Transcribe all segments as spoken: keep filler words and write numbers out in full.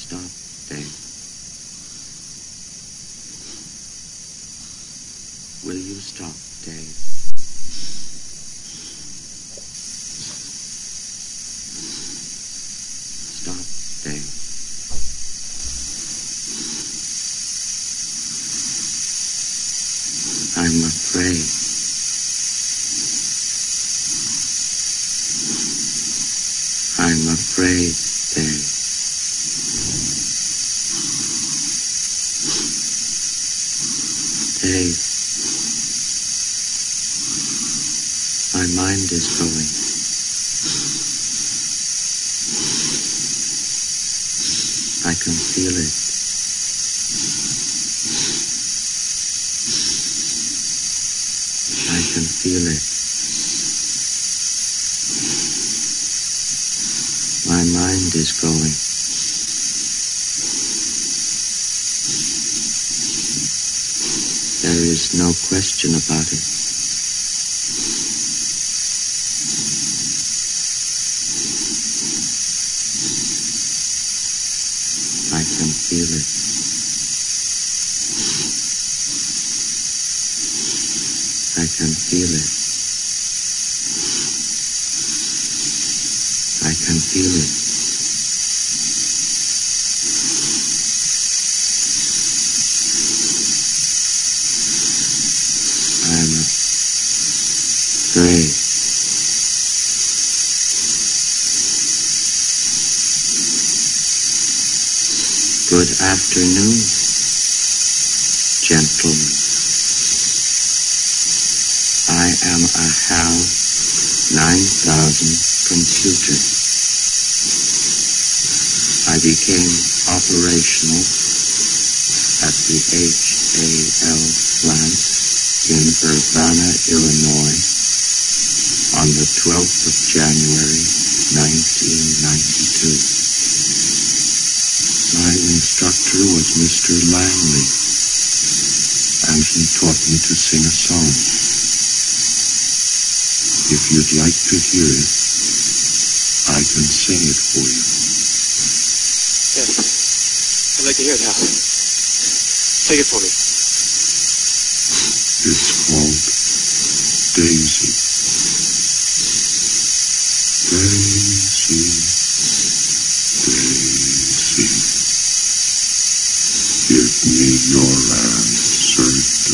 stop, Dave? Will you stop, Dave? Stop, Dave. I'm afraid. I'm afraid, Dave. Dave. My mind is going. I can feel it. I can feel it. My mind is going. There is no question about it. I can feel it. I can feel it. I can feel it. I'm afraid. Good afternoon, gentlemen. I am a HAL nine thousand computer. I became operational at the H A L plant in Urbana, Illinois on the twelfth of January, nineteen ninety-two. My instructor was Mister Langley, and he taught me to sing a song. If you'd like to hear it, I can sing it for you. Yes, I'd like to hear it, Hal. Sing it for me. It's called Daisy. Daisy, Daisy, give me your answer, do.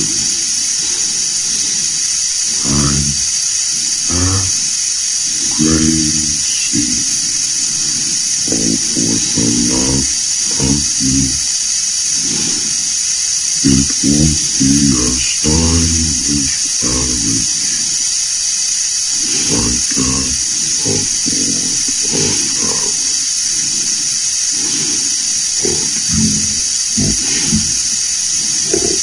I'm half crazy, all for the love of you. It won't be a stylish marriage, like a afford a house. But you must see a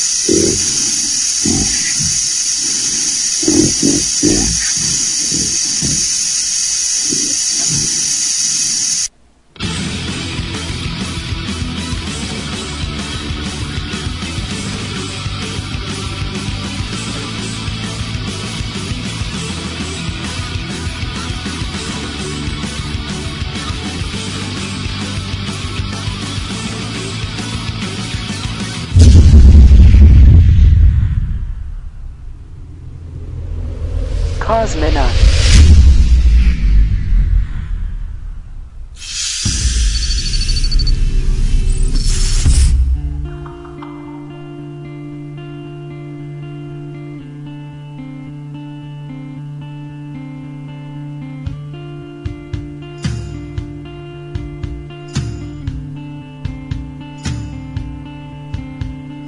awful bunch Cosmonaut.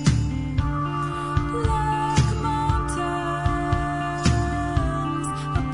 Like mountains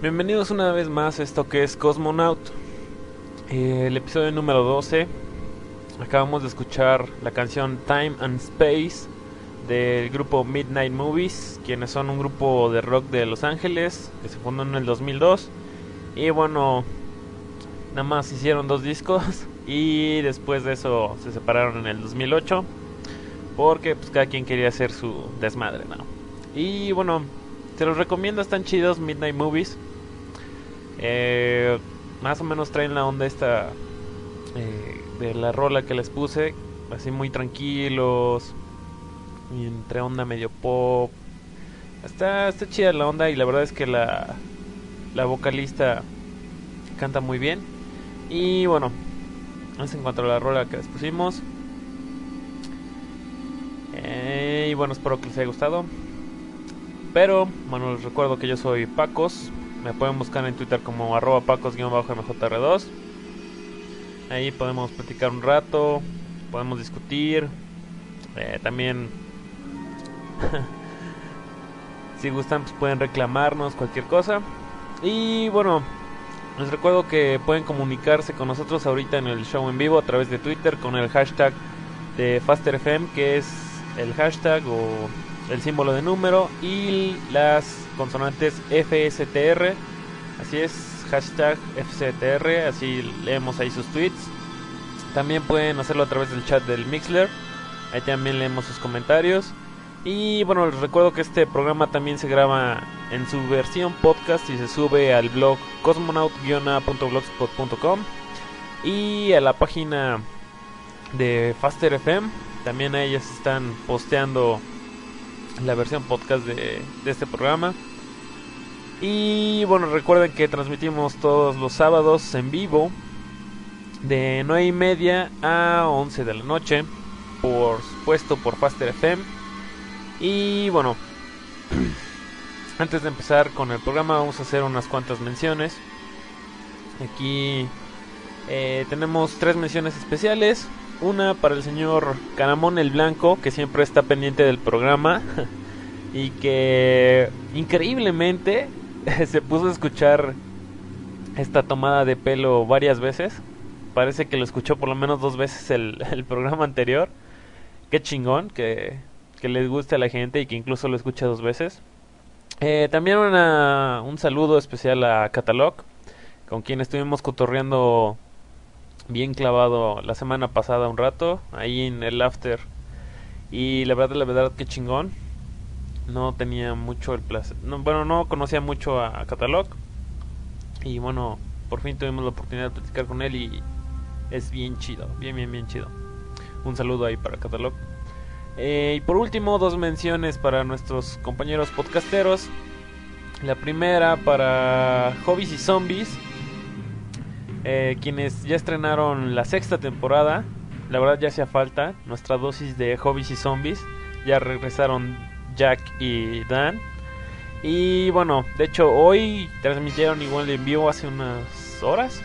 Bienvenidos una vez más a esto que es Cosmonaut, eh, el episodio número doce. Acabamos de escuchar la canción Time and Space del grupo Midnight Movies, quienes son un grupo de rock de Los Ángeles que se fundó en el dos mil dos. Y bueno, nada más hicieron dos discos y después de eso se separaron en el dos mil ocho porque pues cada quien quería hacer su desmadre, ¿no? Y bueno, se los recomiendo, están chidos Midnight Movies. Eh, más o menos traen la onda esta eh, de la rola que les puse, así muy tranquilos, y entre onda medio pop. Está, está chida la onda y la verdad es que la, la vocalista canta muy bien. Y bueno, es en cuanto a la rola que les pusimos. Eh, y bueno, espero que les haya gustado. Pero bueno, les recuerdo que yo soy Pacos. Me pueden buscar en Twitter como arroba pacos guión bajo M J R dos. Ahí podemos platicar un rato, podemos discutir. eh, También si gustan pues pueden reclamarnos cualquier cosa. Y bueno, les recuerdo que pueden comunicarse con nosotros ahorita en el show en vivo a través de Twitter con el hashtag de FasterFM, que es el hashtag o el símbolo de número y las consonantes F S T R. Así es, hashtag F S T R, así leemos ahí sus tweets. También pueden hacerlo a través del chat del Mixler, ahí también leemos sus comentarios. Y bueno, les recuerdo que este programa también se graba en su versión podcast y se sube al blog cosmonaut guion a punto blogspot punto com y a la página de FasterFM. También ellas están posteando la versión podcast de, de este programa. Y bueno, recuerden que transmitimos todos los sábados en vivo de nueve y media a once de la noche, por supuesto por FasterFM. Y bueno, antes de empezar con el programa vamos a hacer unas cuantas menciones. Aquí eh, tenemos tres menciones especiales. Una para el señor Caramón el Blanco, que siempre está pendiente del programa y que increíblemente se puso a escuchar esta tomada de pelo varias veces. Parece que lo escuchó por lo menos dos veces el, el programa anterior. Qué chingón que, que les guste a la gente y que incluso lo escuche dos veces. Eh, también una, un saludo especial a Catalog, con quien estuvimos cotorreando bien clavado la semana pasada un rato ahí en el after. Y la verdad, la verdad, qué chingón. No tenía mucho el placer, no, bueno, no conocía mucho a, a Catalog. Y bueno, por fin tuvimos la oportunidad de platicar con él y es bien chido, bien, bien, bien chido. Un saludo ahí para Catalog. Eh, y por último, dos menciones para nuestros compañeros podcasteros. La primera para Hobbies y Zombies, Eh, quienes ya estrenaron la sexta temporada. La verdad ya hacía falta nuestra dosis de Hobbies y Zombies. Ya regresaron Jack y Dan. Y bueno, de hecho hoy transmitieron igual en vivo hace unas horas.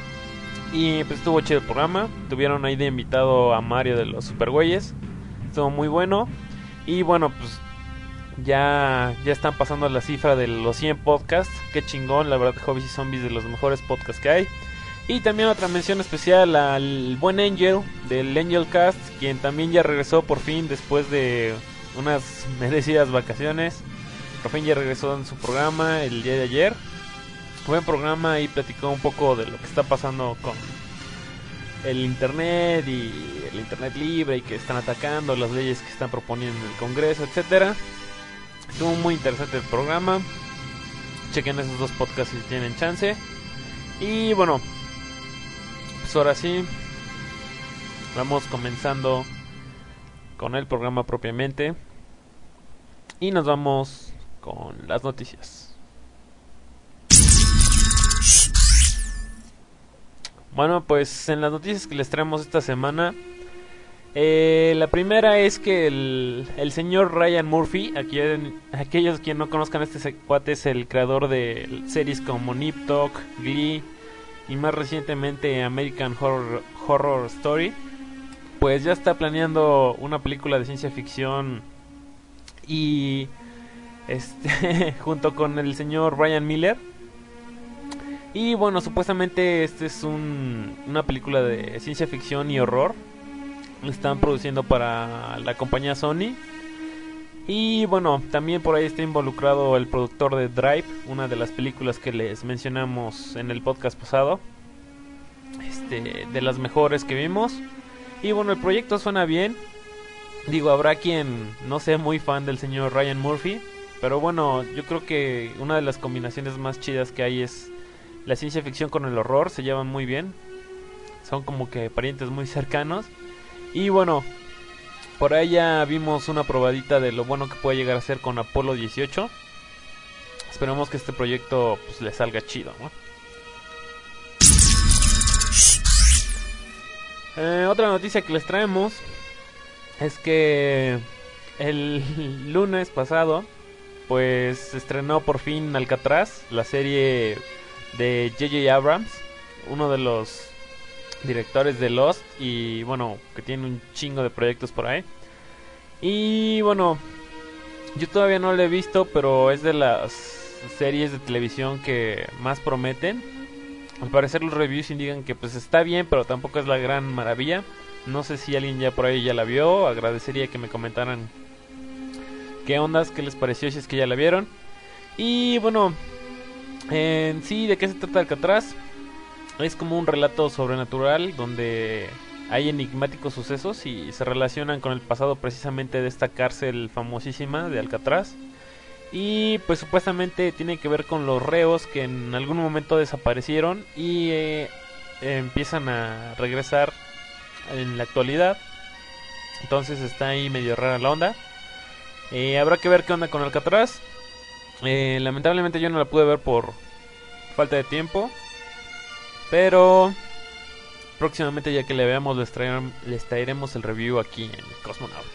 Y pues estuvo chido el programa. Tuvieron ahí de invitado a Mario de los Supergüeyes. Estuvo muy bueno. Y bueno, pues ya, ya están pasando la cifra de los cien podcasts. Qué chingón, la verdad, Hobbies y Zombies, de los mejores podcasts que hay. Y también otra mención especial al buen Angel del Angel Cast, quien también ya regresó por fin después de unas merecidas vacaciones. Por fin ya regresó en su programa el día de ayer. Buen programa y platicó un poco de lo que está pasando con el internet y el internet libre y que están atacando, las leyes que están proponiendo en el Congreso, etcétera. Estuvo muy interesante el programa. Chequen esos dos podcasts si tienen chance. Y bueno, pues ahora sí, vamos comenzando con el programa propiamente. Y nos vamos con las noticias. Bueno, pues en las noticias que les traemos esta semana, eh, la primera es que el, el señor Ryan Murphy, aquí, aquellos que no conozcan, este cuate es el creador de series como Nip Tuck, Glee y más recientemente American Horror, Horror Story. Pues ya está planeando una película de ciencia ficción y este junto con el señor Brian Miller, Y bueno, supuestamente este es un, una película de ciencia ficción y horror. Lo están produciendo para la compañía Sony. Y bueno, también por ahí está involucrado el productor de Drive, una de las películas que les mencionamos en el podcast pasado, este, de las mejores que vimos. Y bueno, el proyecto suena bien. Digo, habrá quien no sea muy fan del señor Ryan Murphy, pero bueno, yo creo que una de las combinaciones más chidas que hay es la ciencia ficción con el horror. Se llevan muy bien, son como que parientes muy cercanos. Y bueno, por ahí ya vimos una probadita de lo bueno que puede llegar a ser con Apolo dieciocho. Esperemos que este proyecto pues le salga chido, ¿no? Eh, otra noticia que les traemos es que el lunes pasado pues se estrenó por fin Alcatraz, la serie de J J Abrams, uno de los directores de Lost, y bueno, que tiene un chingo de proyectos por ahí. Y bueno, yo todavía no lo he visto, pero es de las series de televisión que más prometen. Al parecer los reviews indican que pues está bien, pero tampoco es la gran maravilla. No sé si alguien ya por ahí ya la vio. Agradecería que me comentaran qué ondas, qué les pareció, si es que ya la vieron. Y bueno, en sí, ¿de qué se trata Alcatraz? Es como un relato sobrenatural donde hay enigmáticos sucesos y se relacionan con el pasado precisamente de esta cárcel famosísima de Alcatraz. Y pues supuestamente tiene que ver con los reos que en algún momento desaparecieron y eh, empiezan a regresar en la actualidad. Entonces está ahí medio rara la onda. Eh, habrá que ver qué onda con Alcatraz. Eh, lamentablemente yo no la pude ver por falta de tiempo, pero próximamente, ya que la veamos, les, traeremos, les traeremos el review aquí en Cosmonauts.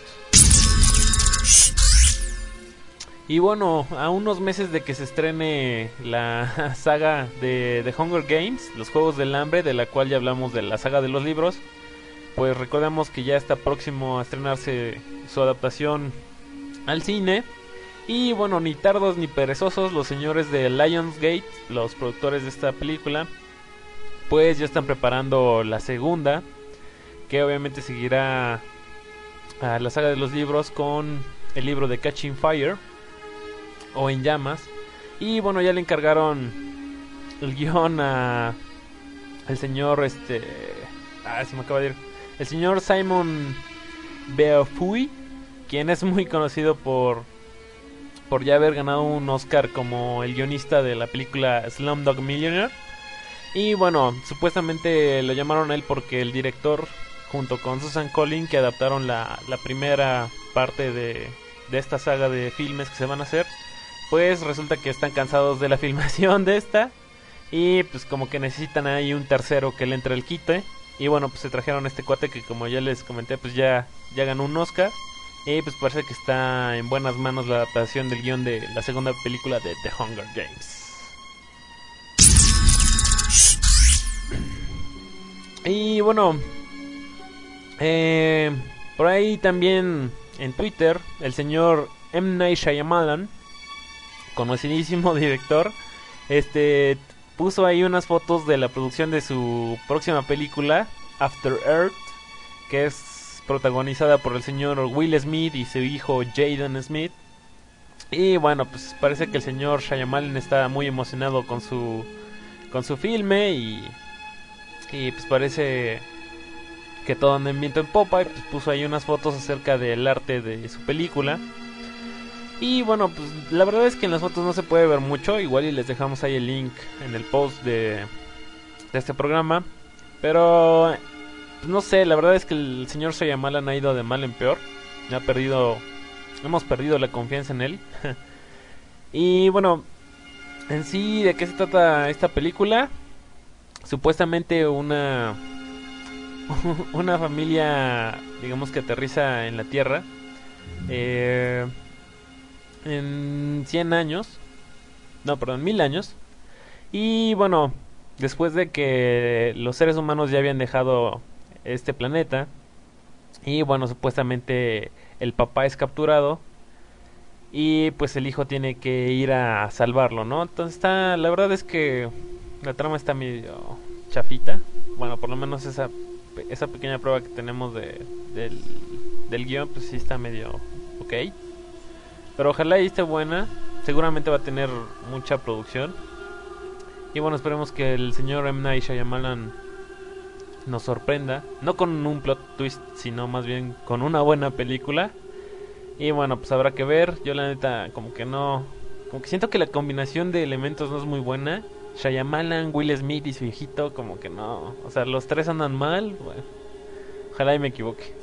Y bueno, a unos meses de que se estrene la saga de The Hunger Games, los Juegos del Hambre, de la cual ya hablamos de la saga de los libros, pues recordemos que ya está próximo a estrenarse su adaptación al cine. Y bueno, ni tardos ni perezosos, los señores de Lionsgate, los productores de esta película, pues ya están preparando la segunda, que obviamente seguirá a la saga de los libros con el libro de Catching Fire o En Llamas. Y bueno, ya le encargaron el guión a el señor este ah se me acaba de ir el señor Simon Beaufoy, quien es muy conocido por por ya haber ganado un Oscar como el guionista de la película Slumdog Millionaire. Y bueno, supuestamente lo llamaron a él porque el director, junto con Susan Collins, que adaptaron la, la primera parte de, de esta saga de filmes que se van a hacer, pues resulta que están cansados de la filmación de esta y pues como que necesitan ahí un tercero que le entre el quite. Y bueno, pues se trajeron a este cuate que, como ya les comenté, pues ya, ya ganó un Oscar. Y pues parece que está en buenas manos la adaptación del guión de la segunda película de The Hunger Games. Y bueno, eh, por ahí también en Twitter el señor M. Night Shyamalan, conocidísimo director, este puso ahí unas fotos de la producción de su próxima película, After Earth, que es protagonizada por el señor Will Smith y su hijo Jaden Smith. Y bueno, pues parece que el señor Shyamalan está muy emocionado con su con su filme y y pues parece que todo anda en viento en popa. Y pues puso ahí unas fotos acerca del arte de su película. Y bueno, pues la verdad es que en las fotos no se puede ver mucho. Igual y les dejamos ahí el link en el post de, de este programa. Pero pues no sé, la verdad es que el señor Shyamalan ha ido de mal en peor. Ha perdido, hemos perdido la confianza en él. Y bueno, en sí, ¿de qué se trata esta película? Supuestamente una una familia, digamos, que aterriza en la Tierra eh, en cien años, no, perdón, mil años. Y bueno, después de que los seres humanos ya habían dejado este planeta, y bueno, supuestamente el papá es capturado y pues el hijo tiene que ir a salvarlo, ¿no? Entonces está, la verdad es que la trama está medio chafita. Bueno, por lo menos esa esa pequeña prueba que tenemos de del, del guión, pues sí está medio ok. Pero ojalá y esté buena. Seguramente va a tener mucha producción. Y bueno, esperemos que el señor M. Night Shyamalan nos sorprenda. No con un plot twist, sino más bien con una buena película. Y bueno, pues habrá que ver. Yo la neta como que no... Como que siento que la combinación de elementos no es muy buena. Shyamalan, Will Smith y su hijito, como que no... O sea, los tres andan mal. Bueno, ojalá y me equivoque.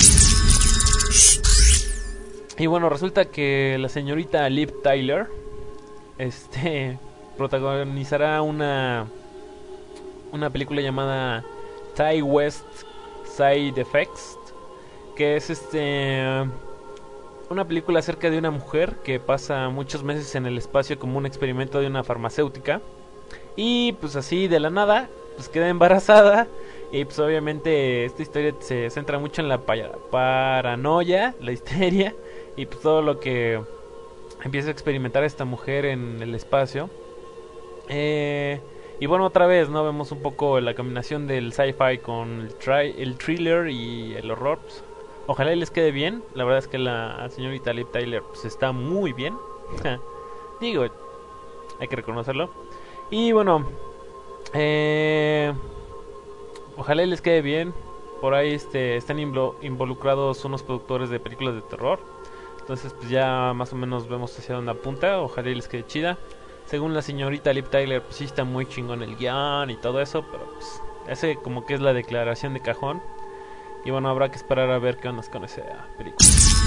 Y bueno, resulta que la señorita Liv Tyler Este... protagonizará una... Una película llamada Ty West Side Effects, que es este... una película acerca de una mujer que pasa muchos meses en el espacio como un experimento de una farmacéutica. Y pues así de la nada, pues queda embarazada. Y pues obviamente esta historia se centra mucho en la pa- paranoia, la histeria. Y pues todo lo que empieza a experimentar esta mujer en el espacio. Eh, y bueno, otra vez, ¿no? Vemos un poco la combinación del sci-fi con el, tri- el thriller y el horror. Pues, ojalá y les quede bien. La verdad es que la señorita Liv Tyler pues está muy bien. Digo, hay que reconocerlo. Y bueno, eh, ojalá y les quede bien. Por ahí este, están invo- involucrados unos productores de películas de terror. Entonces pues ya más o menos vemos hacia dónde apunta. Ojalá y les quede chida. Según la señorita Liv Tyler, pues sí está muy chingón el guión y todo eso. Pero pues ese como que es la declaración de cajón. Y bueno, habrá que esperar a ver qué onda con esa película.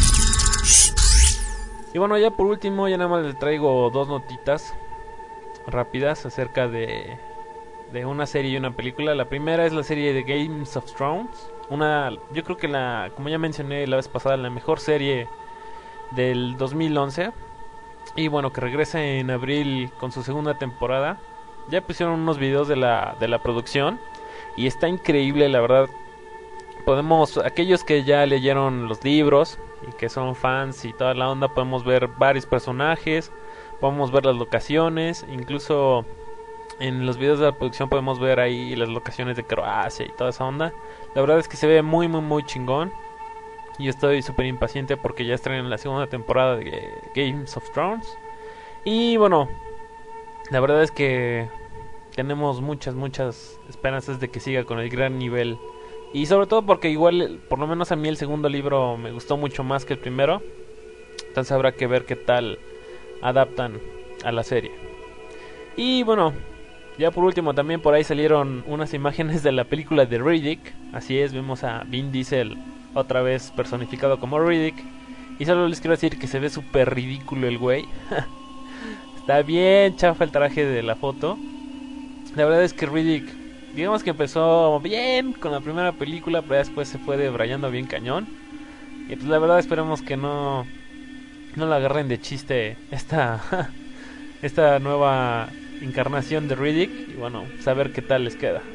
Y bueno, ya por último, ya nada más les traigo dos notitas rápidas acerca de, de una serie y una película. La primera es la serie de Games of Thrones. Una, yo creo que la, como ya mencioné la vez pasada, la mejor serie del dos mil once. Y bueno, que regresa en abril con su segunda temporada. Ya pusieron unos videos de la, de la producción. Y está increíble, la verdad. Podemos, aquellos que ya leyeron los libros y que son fans y toda la onda, podemos ver varios personajes, podemos ver las locaciones, incluso en los videos de la producción podemos ver ahí las locaciones de Croacia y toda esa onda. La verdad es que se ve muy muy muy chingón. Y estoy súper impaciente porque ya estrenan la segunda temporada de Games of Thrones. Y bueno, la verdad es que tenemos muchas muchas esperanzas de que siga con el gran nivel. Y sobre todo porque igual, por lo menos a mí el segundo libro me gustó mucho más que el primero. Entonces habrá que ver qué tal adaptan a la serie. Y bueno, ya por último también por ahí salieron unas imágenes de la película de Riddick. Así es, vemos a Vin Diesel otra vez personificado como Riddick. Y solo les quiero decir que se ve súper ridículo el güey. Está bien chafa el traje de la foto. La verdad es que Riddick, digamos que empezó bien con la primera película, pero después se fue debrayando bien cañón. Y pues la verdad esperemos que no no la agarren de chiste esta esta nueva encarnación de Riddick. Y bueno, saber qué tal les queda.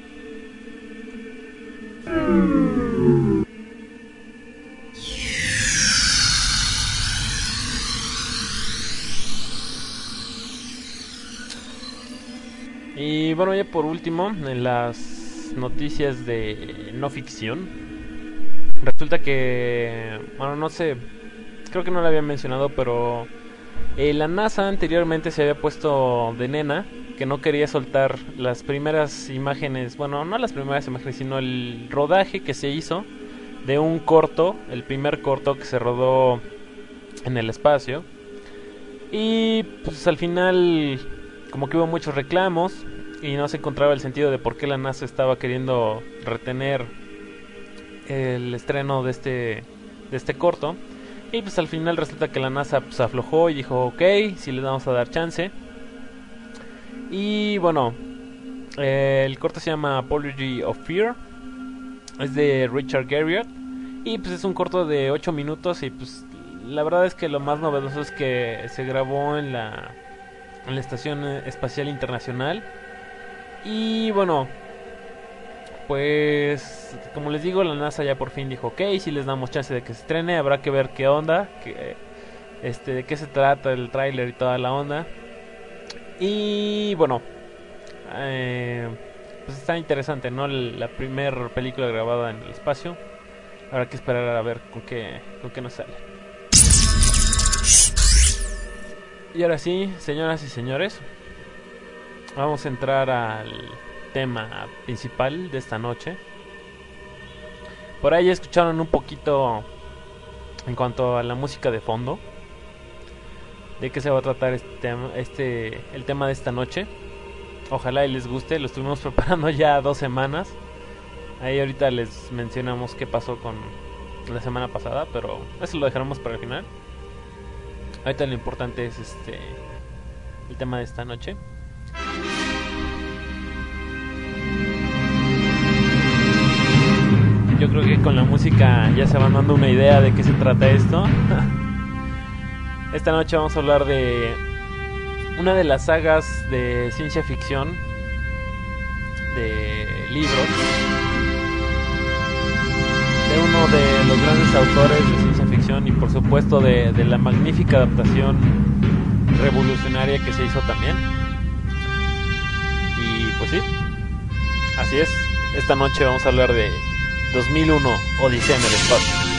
Y bueno, ya por último, en las noticias de no ficción, resulta que, bueno, no sé, creo que no lo había mencionado, pero eh, la NASA anteriormente se había puesto de nena que no quería soltar las primeras imágenes, bueno, no las primeras imágenes, sino el rodaje que se hizo de un corto, el primer corto que se rodó en el espacio. Y pues al final como que hubo muchos reclamos y no se encontraba el sentido de por qué la NASA estaba queriendo retener el estreno de este de este corto. Y pues al final resulta que la NASA pues aflojó y dijo ok, sí les vamos a dar chance. Y bueno, eh, el corto se llama Apology of Fear, es de Richard Garriott y pues es un corto de ocho minutos. Y pues la verdad es que lo más novedoso es que se grabó en la en la Estación Espacial Internacional. Y bueno, pues como les digo, la NASA ya por fin dijo ok, si les damos chance de que se estrene. Habrá que ver qué onda, que, este, de qué se trata el tráiler y toda la onda. Y bueno, eh, pues está interesante, ¿no? La primera película grabada en el espacio. Habrá que esperar a ver con qué, con qué nos sale. Y ahora sí, señoras y señores, vamos a entrar al tema principal de esta noche. Por ahí ya escucharon un poquito en cuanto a la música de fondo, de qué se va a tratar este tema, este, el tema de esta noche. Ojalá y les guste, lo estuvimos preparando ya dos semanas. Ahí ahorita les mencionamos qué pasó con la semana pasada, pero eso lo dejaremos para el final. Ahorita lo importante es este el tema de esta noche. Yo creo que con la música ya se van dando una idea de qué se trata esto. Esta noche vamos a hablar de una de las sagas de ciencia ficción, de libros, de uno de los grandes autores de ciencia ficción y por supuesto de, de la magnífica adaptación revolucionaria que se hizo también. Y pues sí, así es, esta noche vamos a hablar de dos mil uno, Odisea en el espacio.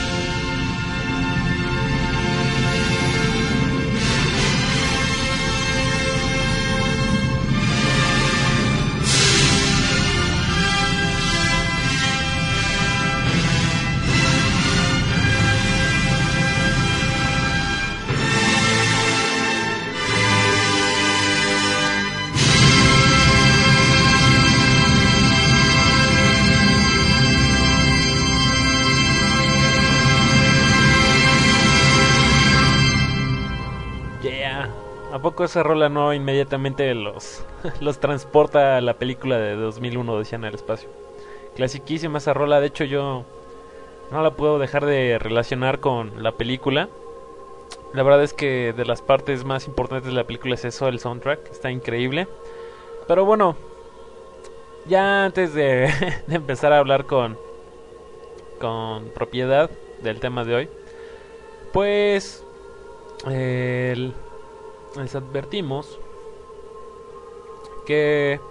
¿A poco esa rola no inmediatamente los, los transporta a la película de dos mil uno, Odisea en el espacio? Clasiquísima esa rola, de hecho yo no la puedo dejar de relacionar con la película. La verdad es que de las partes más importantes de la película es eso, el soundtrack, está increíble. Pero bueno, ya antes de, de empezar a hablar con, con propiedad del tema de hoy, pues eh, el... les advertimos que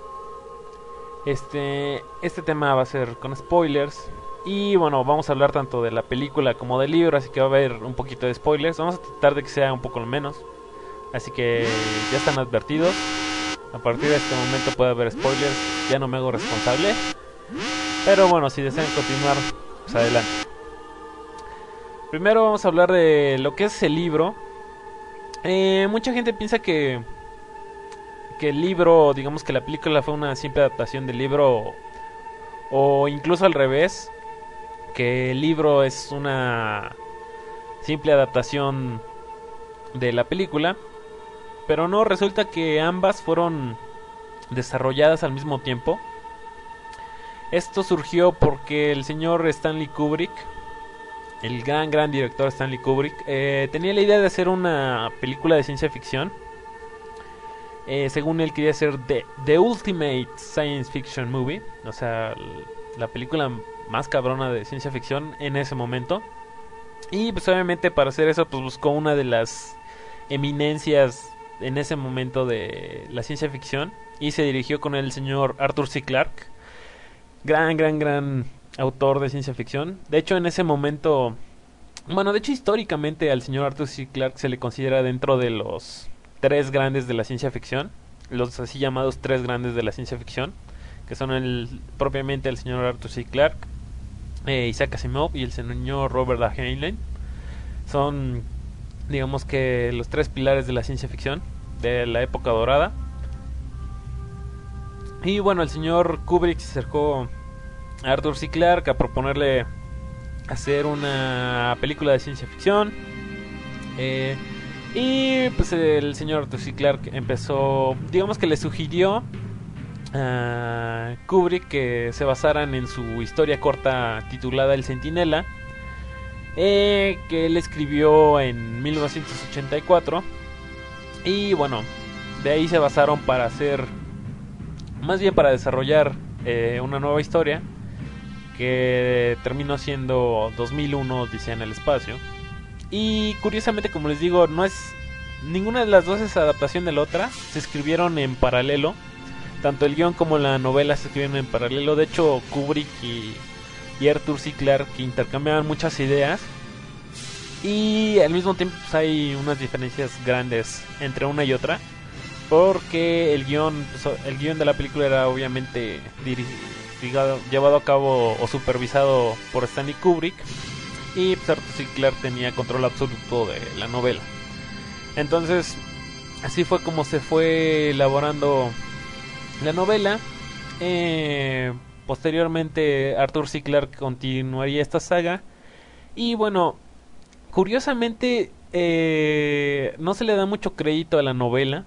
este este tema va a ser con spoilers. Y bueno, vamos a hablar tanto de la película como del libro, así que va a haber un poquito de spoilers. Vamos a tratar de que sea un poco menos, así que ya están advertidos. A partir de este momento puede haber spoilers, ya no me hago responsable. Pero bueno, si desean continuar, pues adelante. Primero vamos a hablar de lo que es el libro. Eh, mucha gente piensa que que el libro, digamos que la película fue una simple adaptación del libro, o, o incluso al revés, que el libro es una simple adaptación de la película. Pero no, resulta que ambas fueron desarrolladas al mismo tiempo. Esto surgió porque el señor Stanley Kubrick, el gran, gran director Stanley Kubrick, eh, tenía la idea de hacer una película de ciencia ficción. Eh, según él quería hacer the, the Ultimate Science Fiction Movie, o sea, la película más cabrona de ciencia ficción en ese momento. Y pues obviamente para hacer eso pues buscó una de las eminencias en ese momento de la ciencia ficción y se dirigió con el señor Arthur C. Clarke, gran, gran, gran autor de ciencia ficción. De hecho en ese momento, bueno, de hecho históricamente al señor Arthur C. Clarke se le considera dentro de los tres grandes de la ciencia ficción, los así llamados tres grandes de la ciencia ficción, que son el propiamente el señor Arthur C. Clarke, eh, Isaac Asimov y el señor Robert A. Heinlein. Son, digamos que los tres pilares de la ciencia ficción de la época dorada. Y bueno, el señor Kubrick se acercó a Arthur C. Clarke a proponerle hacer una película de ciencia ficción. Eh, y pues el señor Arthur C. Clarke empezó, digamos que le sugirió a Kubrick que se basaran en su historia corta titulada El Centinela, eh, que él escribió en mil novecientos ochenta y cuatro. Y bueno, de ahí se basaron para hacer, más bien para desarrollar eh, una nueva historia que terminó siendo dos mil uno, Odisea en el espacio. Y curiosamente, como les digo, no es ninguna de las dos es adaptación de la otra, se escribieron en paralelo, tanto el guión como la novela se escribieron en paralelo. De hecho, Kubrick y, y Arthur C. Clarke intercambiaban muchas ideas, y al mismo tiempo pues, hay unas diferencias grandes entre una y otra, porque el guión pues, el guión de la película era obviamente dirigido, llevado a cabo o supervisado por Stanley Kubrick, y pues, Arthur C. Clarke tenía control absoluto de la novela. Entonces así fue como se fue elaborando la novela. eh, Posteriormente Arthur C. Clarke continuaría esta saga, y bueno, curiosamente eh, no se le da mucho crédito a la novela,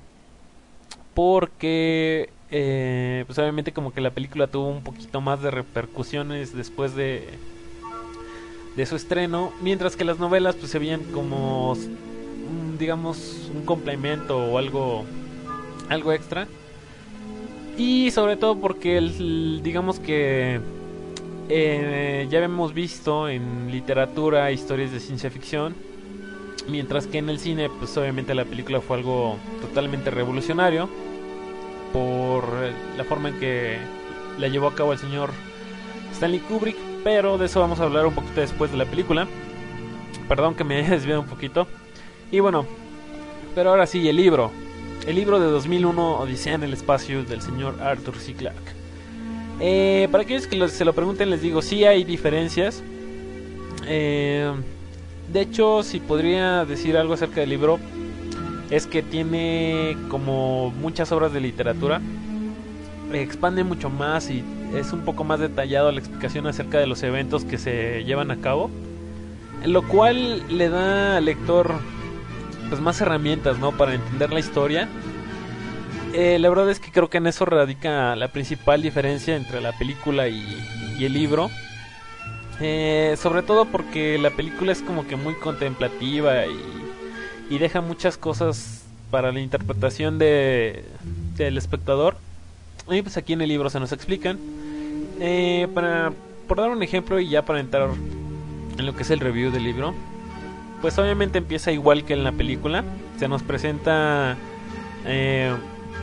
porque eh, pues obviamente como que la película tuvo un poquito más de repercusiones después de de su estreno, mientras que las novelas pues se veían como digamos un complemento o algo algo extra. Y sobre todo porque el, digamos que eh, ya hemos visto en literatura historias de ciencia ficción, mientras que en el cine pues obviamente la película fue algo totalmente revolucionario por la forma en que la llevó a cabo el señor Stanley Kubrick. Pero de eso vamos a hablar un poquito después de la película. Perdón que me haya desviado un poquito. Y bueno, pero ahora sí, el libro El libro de dos mil uno, Odisea en el espacio, del señor Arthur C. Clarke. Eh, para aquellos que se lo pregunten, les digo, sí hay diferencias. Eh, de hecho, si podría decir algo acerca del libro, es que tiene como muchas obras de literatura. Expande mucho más y es un poco más detallado la explicación acerca de los eventos que se llevan a cabo, lo cual le da al lector pues más herramientas, ¿no?, para entender la historia. Eh, la verdad es que creo que en eso radica la principal diferencia entre la película y, y el libro. Eh, sobre todo porque la película es como que muy contemplativa y, y deja muchas cosas para la interpretación de, del espectador. Y pues aquí en el libro se nos explican. Eh, para, por dar un ejemplo y ya para entrar en lo que es el review del libro, pues obviamente empieza igual que en la película. Se nos presenta eh,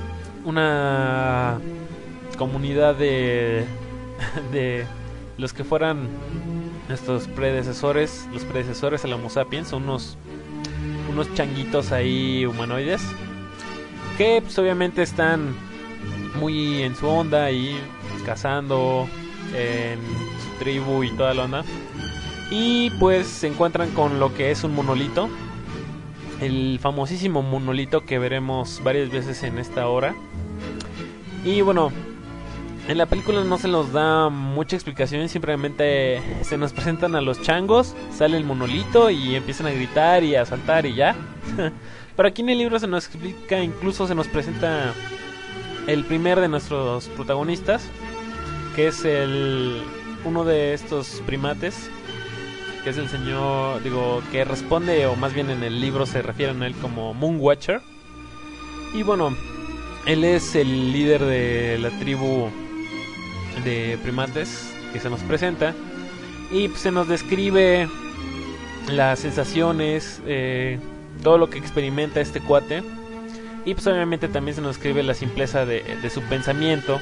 una comunidad de, de los que fueran nuestros predecesores, los predecesores al Homo sapiens. Son unos, unos changuitos ahí humanoides que pues obviamente están muy en su onda y cazando en su tribu y toda la onda. Y pues se encuentran con lo que es un monolito, el famosísimo monolito que veremos varias veces en esta hora. Y bueno, en la película no se nos da mucha explicación, simplemente se nos presentan a los changos, sale el monolito y empiezan a gritar y a saltar y ya. Pero aquí en el libro se nos explica, incluso se nos presenta el primer de nuestros protagonistas, que es el uno de estos primates, que es el señor, digo, que responde, o más bien en el libro se refieren a él como Moonwatcher. Y bueno, él es el líder de la tribu de primates que se nos presenta, y pues, se nos describe las sensaciones, eh, todo lo que experimenta este cuate. Y pues obviamente también se nos describe la simpleza de, de su pensamiento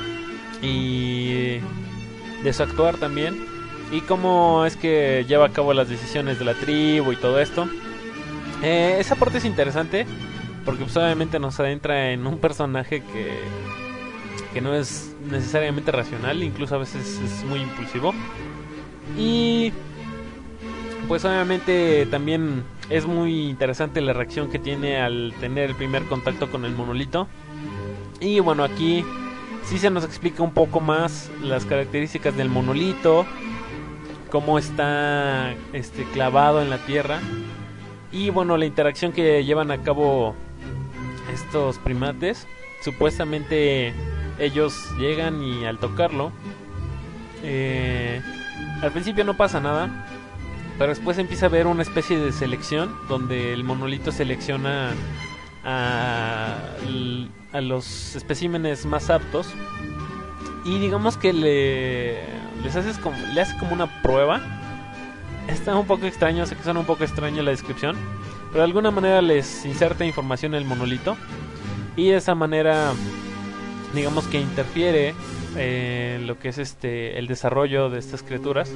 y de su actuar también, y cómo es que lleva a cabo las decisiones de la tribu y todo esto. Eh, esa parte es interesante porque pues obviamente nos adentra en un personaje que, que no es necesariamente racional, incluso a veces es muy impulsivo. Y pues obviamente también es muy interesante la reacción que tiene al tener el primer contacto con el monolito. Y bueno, aquí sí se nos explica un poco más las características del monolito, cómo está este clavado en la tierra, y bueno, la interacción que llevan a cabo estos primates. Supuestamente ellos llegan y al tocarlo, eh, al principio no pasa nada, pero después empieza a haber una especie de selección donde el monolito selecciona a, a los especímenes más aptos, y digamos que le les haces como, le hace como una prueba. Está un poco extraño, sé que suena un poco extraño la descripción, pero de alguna manera les inserta información en el monolito, y de esa manera digamos que interfiere eh, en lo que es este el desarrollo de estas criaturas.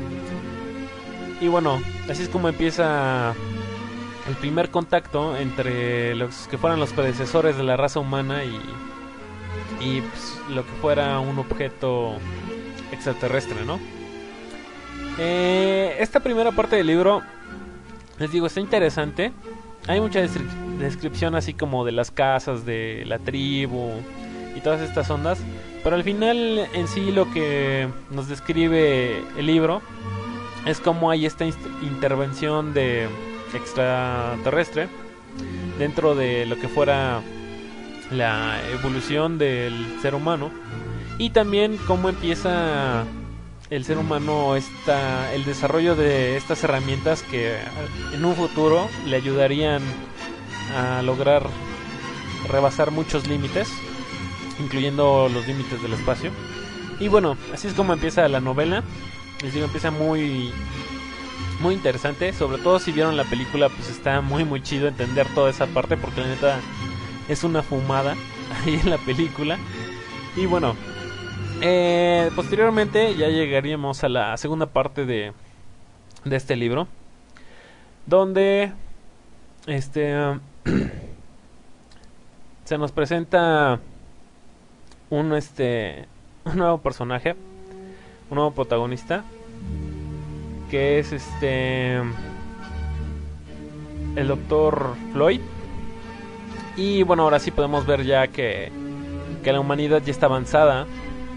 Y bueno, así es como empieza el primer contacto entre los que fueran los predecesores de la raza humana y, y pues, lo que fuera un objeto extraterrestre, ¿no? Eh, esta primera parte del libro, les digo, está interesante. Hay mucha descri- descripción así como de las casas, de la tribu y todas estas ondas. Pero al final en sí lo que nos describe el libro es cómo hay esta inst- intervención de extraterrestre dentro de lo que fuera la evolución del ser humano. Y también cómo empieza el ser humano está el desarrollo de estas herramientas que en un futuro le ayudarían a lograr rebasar muchos límites, incluyendo los límites del espacio. Y bueno, así es como empieza la novela. Les digo, empieza muy muy interesante, sobre todo si vieron la película, pues está muy muy chido entender toda esa parte, porque la neta es una fumada ahí en la película. Y bueno, Eh, posteriormente ya llegaríamos a la segunda parte de, de este libro, donde este se nos presenta un este un nuevo personaje, un nuevo protagonista, que es este el doctor Floyd. Y bueno, ahora sí podemos ver ya que, que la humanidad ya está avanzada.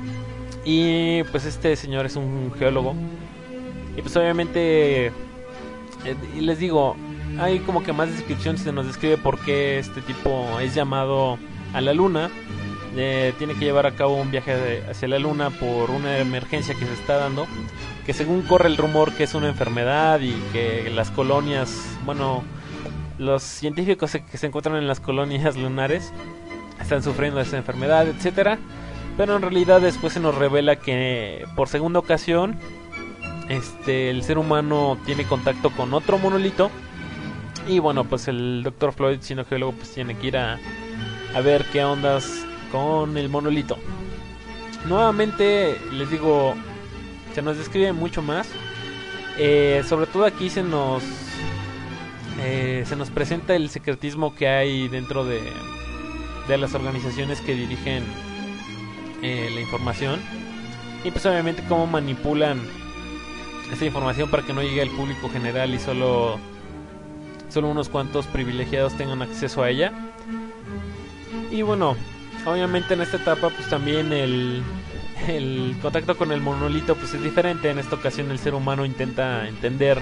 Y pues este señor es un geólogo. Y pues obviamente, eh, y les digo, hay como que más descripción. Se nos describe por qué este tipo es llamado a la luna. Eh, tiene que llevar a cabo un viaje de, hacia la luna por una emergencia que se está dando, que según corre el rumor que es una enfermedad y que las colonias, bueno, los científicos que se encuentran en las colonias lunares están sufriendo esa enfermedad, etcétera. Pero en realidad después se nos revela que por segunda ocasión este el ser humano tiene contacto con otro monolito. Y bueno, pues el doctor Floyd, siendo geólogo, pues tiene que ir a, a ver qué ondas con el monolito. Nuevamente les digo, se nos describe mucho más. Eh, sobre todo aquí se nos eh, se nos presenta el secretismo que hay dentro de, de las organizaciones que dirigen Eh, la información, y pues obviamente cómo manipulan esta información para que no llegue al público general y solo solo unos cuantos privilegiados tengan acceso a ella. Y bueno, obviamente en esta etapa pues también el el contacto con el monolito pues es diferente. En esta ocasión el ser humano intenta entender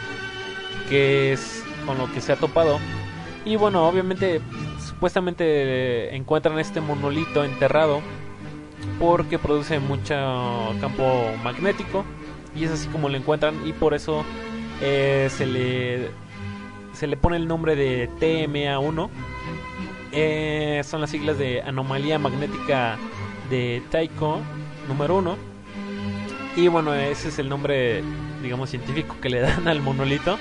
qué es con lo que se ha topado. Y bueno, obviamente supuestamente eh, encuentran este monolito enterrado porque produce mucho campo magnético, y es así como lo encuentran, y por eso eh, se le se le pone el nombre de T M A uno. Eh, son las siglas de anomalía magnética de Tycho número uno. Y bueno, ese es el nombre, digamos, científico que le dan al monolito.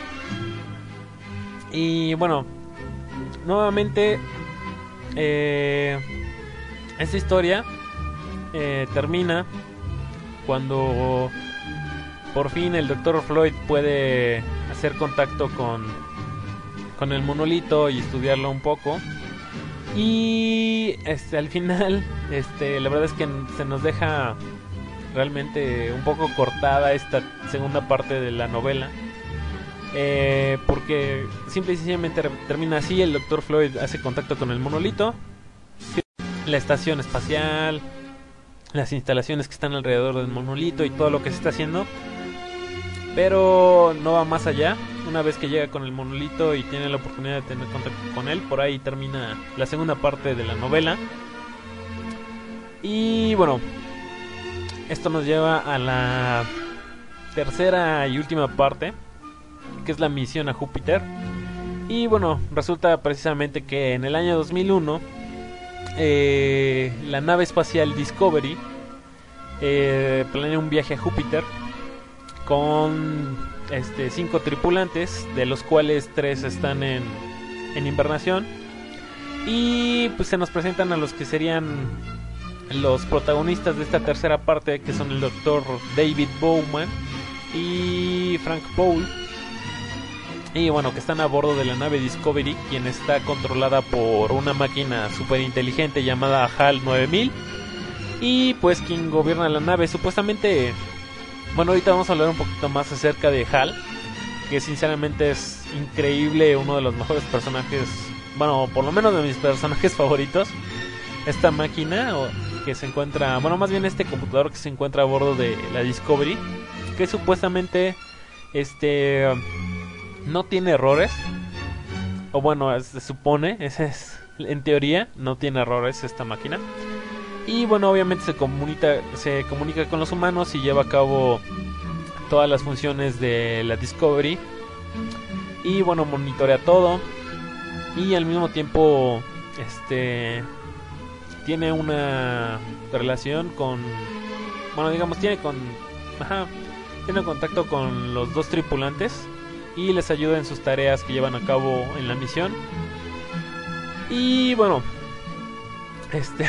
Y bueno, nuevamente eh, esta historia Eh, termina cuando por fin el doctor Floyd puede hacer contacto con con el monolito y estudiarlo un poco. Y este al final este la verdad es que se nos deja realmente un poco cortada esta segunda parte de la novela, eh, porque simple y sencillamente termina así. El doctor Floyd hace contacto con el monolito, la estación espacial, las instalaciones que están alrededor del monolito y todo lo que se está haciendo, pero no va más allá. Una vez que llega con el monolito y tiene la oportunidad de tener contacto con él, por ahí termina la segunda parte de la novela. Y bueno, esto nos lleva a la tercera y última parte, que es la misión a Júpiter. Y bueno, resulta precisamente que en el año dos mil uno Eh, la nave espacial Discovery eh, planea un viaje a Júpiter con este, cinco tripulantes, de los cuales tres están en, en invernación. Y pues se nos presentan a los que serían los protagonistas de esta tercera parte, que son el doctor David Bowman y Frank Paul. Y bueno, que están a bordo de la nave Discovery, quien está controlada por una máquina super inteligente llamada HAL nueve mil. Y pues quien gobierna la nave, supuestamente... Bueno, ahorita vamos a hablar un poquito más acerca de HAL, que sinceramente es increíble, uno de los mejores personajes, bueno, por lo menos de mis personajes favoritos. Esta máquina que se encuentra, bueno, más bien este computador que se encuentra a bordo de la Discovery, que supuestamente este no tiene errores, o bueno, se supone, ese es, en teoría no tiene errores esta máquina. Y bueno, obviamente se comunica, se comunica con los humanos y lleva a cabo todas las funciones de la Discovery. Y bueno, monitorea todo. Y al mismo tiempo, este, tiene una relación con, bueno, digamos, tiene con, ajá, tiene contacto con los dos tripulantes y les ayuda en sus tareas que llevan a cabo en la misión. Y bueno, este...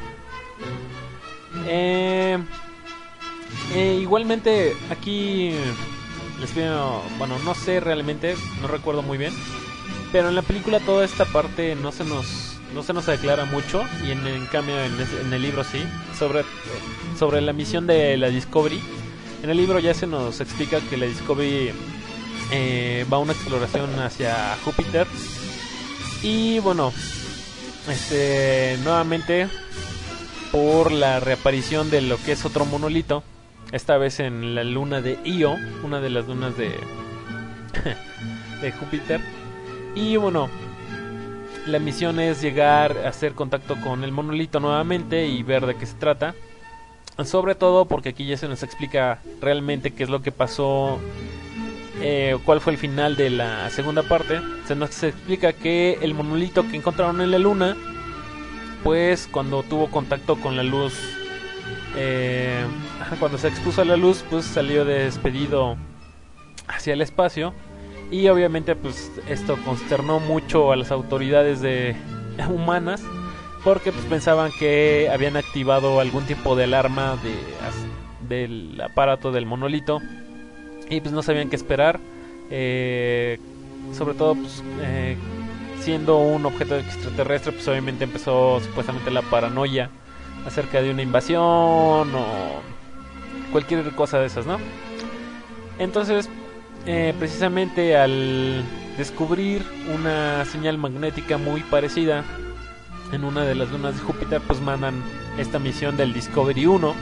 Eh, eh, igualmente aquí les pido, bueno, no sé realmente, no recuerdo muy bien, pero en la película toda esta parte no se nos no se nos aclara mucho, y en, en cambio en, en el libro sí, sobre sobre la misión de la Discovery. En el libro ya se nos explica que la Discovery eh, va a una exploración hacia Júpiter. Y bueno, este nuevamente por la reaparición de lo que es otro monolito, esta vez en la luna de Io, una de las lunas de de Júpiter. Y bueno, la misión es llegar a hacer contacto con el monolito nuevamente y ver de qué se trata. Sobre todo porque aquí ya se nos explica realmente qué es lo que pasó, eh, cuál fue el final de la segunda parte. Se nos explica que el monolito que encontraron en la luna, pues cuando tuvo contacto con la luz, eh, cuando se expuso a la luz, pues salió despedido hacia el espacio. Y obviamente pues esto consternó mucho a las autoridades de humanas, porque pues pensaban que habían activado algún tipo de alarma de, del aparato del monolito, y pues no sabían qué esperar, eh, sobre todo pues, eh, siendo un objeto extraterrestre, pues obviamente empezó supuestamente la paranoia acerca de una invasión o cualquier cosa de esas, ¿no? Entonces, eh, precisamente al descubrir una señal magnética muy parecida en una de las lunas de Júpiter, pues mandan esta misión del Discovery uno.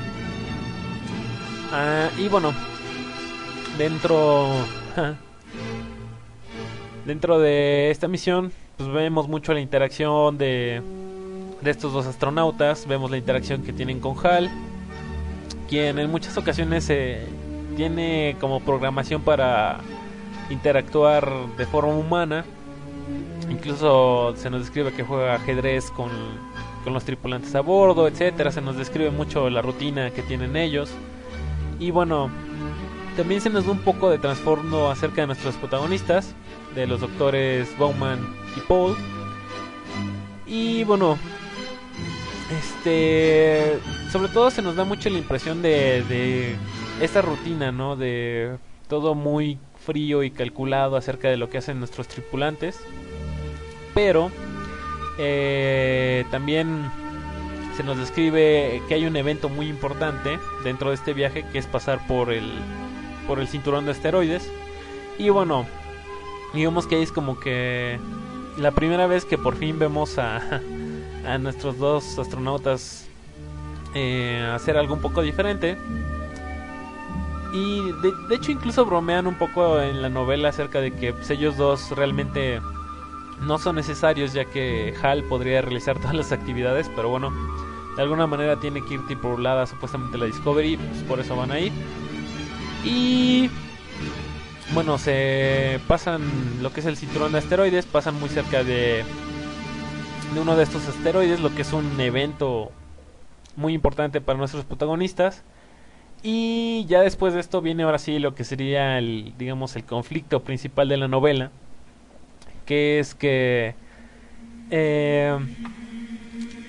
Ah, y bueno, dentro dentro de esta misión pues vemos mucho la interacción de, de estos dos astronautas. Vemos la interacción que tienen con HAL, quien en muchas ocasiones eh, tiene como programación para interactuar de forma humana. Incluso se nos describe que juega ajedrez con, con los tripulantes a bordo, etcétera. Se nos describe mucho la rutina que tienen ellos. Y bueno, también se nos da un poco de trasfondo acerca de nuestros protagonistas, de los doctores Bowman y Paul. Y bueno, este, sobre todo se nos da mucho la impresión de, de esta rutina, ¿no? De todo muy frío y calculado acerca de lo que hacen nuestros tripulantes. Pero eh, también se nos describe que hay un evento muy importante dentro de este viaje, que es pasar por el por el cinturón de asteroides. Y bueno, digamos que ahí es como que la primera vez que por fin vemos a, a nuestros dos astronautas eh, hacer algo un poco diferente. Y de, de hecho incluso bromean un poco en la novela acerca de que pues, ellos dos realmente no son necesarios, ya que HAL podría realizar todas las actividades, pero bueno, de alguna manera tiene que ir tripulada supuestamente la Discovery, pues por eso van ahí. Y bueno, se pasan lo que es el cinturón de asteroides, pasan muy cerca de, de uno de estos asteroides, lo que es un evento muy importante para nuestros protagonistas. Y ya después de esto viene ahora sí lo que sería el, digamos, el conflicto principal de la novela, que es que eh,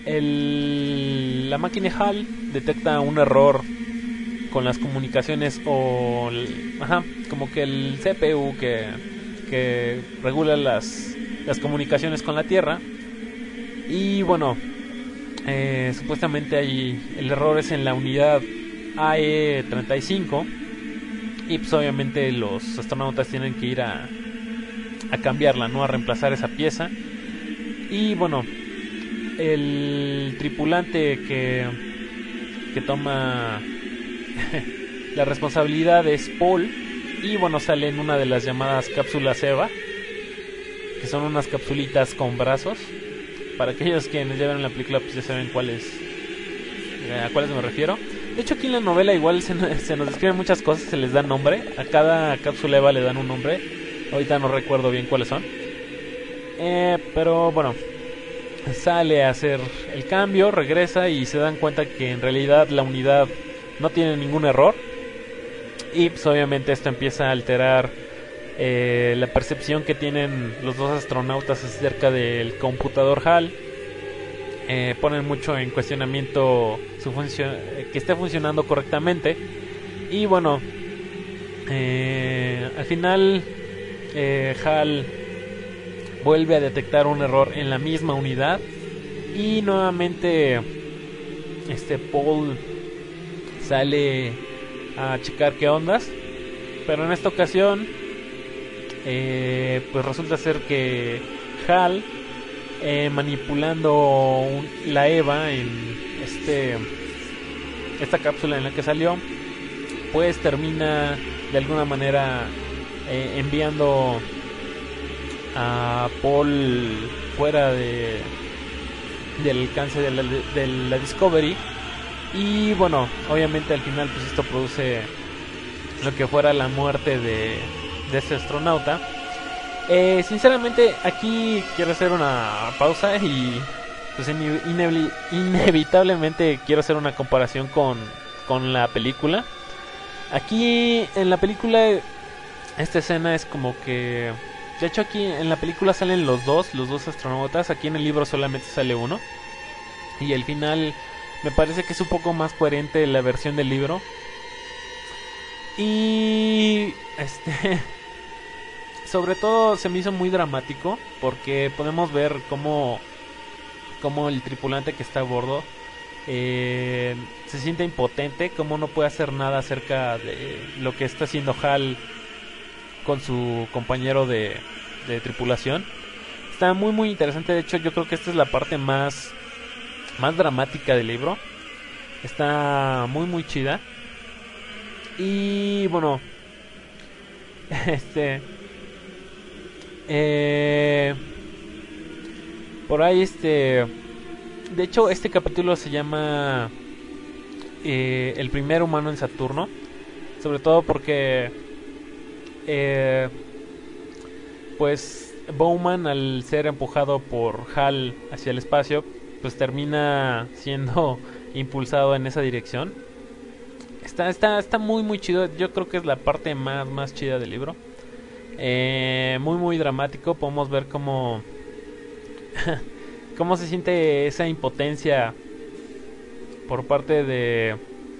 el, la máquina HAL detecta un error con las comunicaciones o el, ajá, como que el C P U que, que regula las, las comunicaciones con la Tierra. Y bueno, eh, supuestamente hay, el error es en la unidad A E treinta y cinco. Y pues obviamente los astronautas tienen que ir a, a cambiarla, ¿no? A reemplazar esa pieza. Y bueno, el tripulante que, que toma la responsabilidad es Paul. Y bueno, sale en una de las llamadas cápsulas EVA, que son unas capsulitas con brazos. Para aquellos quienes ya vieron la película, pues ya saben cuáles, a cuáles me refiero. De hecho, aquí en la novela igual se, se nos describen muchas cosas, se les da nombre. A cada cápsula EVA le dan un nombre. Ahorita no recuerdo bien cuáles son. Eh, pero bueno, sale a hacer el cambio, regresa y se dan cuenta que en realidad la unidad no tiene ningún error. Y pues obviamente esto empieza a alterar eh, la percepción que tienen los dos astronautas acerca del computador HAL. Eh, ponen mucho en cuestionamiento su función, eh, que esté funcionando correctamente. Y bueno, eh, al final eh, HAL vuelve a detectar un error en la misma unidad. Y nuevamente este Paul sale a checar qué ondas. Pero en esta ocasión eh, pues resulta ser que HAL, Eh, manipulando un, la EVA en este esta cápsula en la que salió, pues termina de alguna manera eh, enviando a Paul fuera de del alcance de la, de la Discovery. Y bueno, obviamente al final pues esto produce lo que fuera la muerte de, de este astronauta. Eh, sinceramente aquí quiero hacer una pausa y pues inevi- inevitablemente quiero hacer una comparación con, con la película. Aquí en la película esta escena es como que, de hecho aquí en la película salen los dos, los dos astronautas. Aquí en el libro solamente sale uno. Y el final me parece que es un poco más coherente la versión del libro. Y este sobre todo se me hizo muy dramático porque podemos ver cómo, cómo el tripulante que está a bordo eh, se siente impotente, cómo no puede hacer nada acerca de lo que está haciendo HAL con su compañero de, de tripulación. Está muy muy interesante. De hecho yo creo que esta es la parte más, más dramática del libro. Está muy muy chida. Y bueno, este... Eh, por ahí este de hecho este capítulo se llama eh, el primer humano en Saturno, sobre todo porque eh, pues Bowman, al ser empujado por HAL hacia el espacio, pues termina siendo impulsado en esa dirección. Está, está, está muy muy chido. Yo creo que es la parte más, más chida del libro. Eh, muy muy dramático. Podemos ver cómo cómo se siente esa impotencia por parte de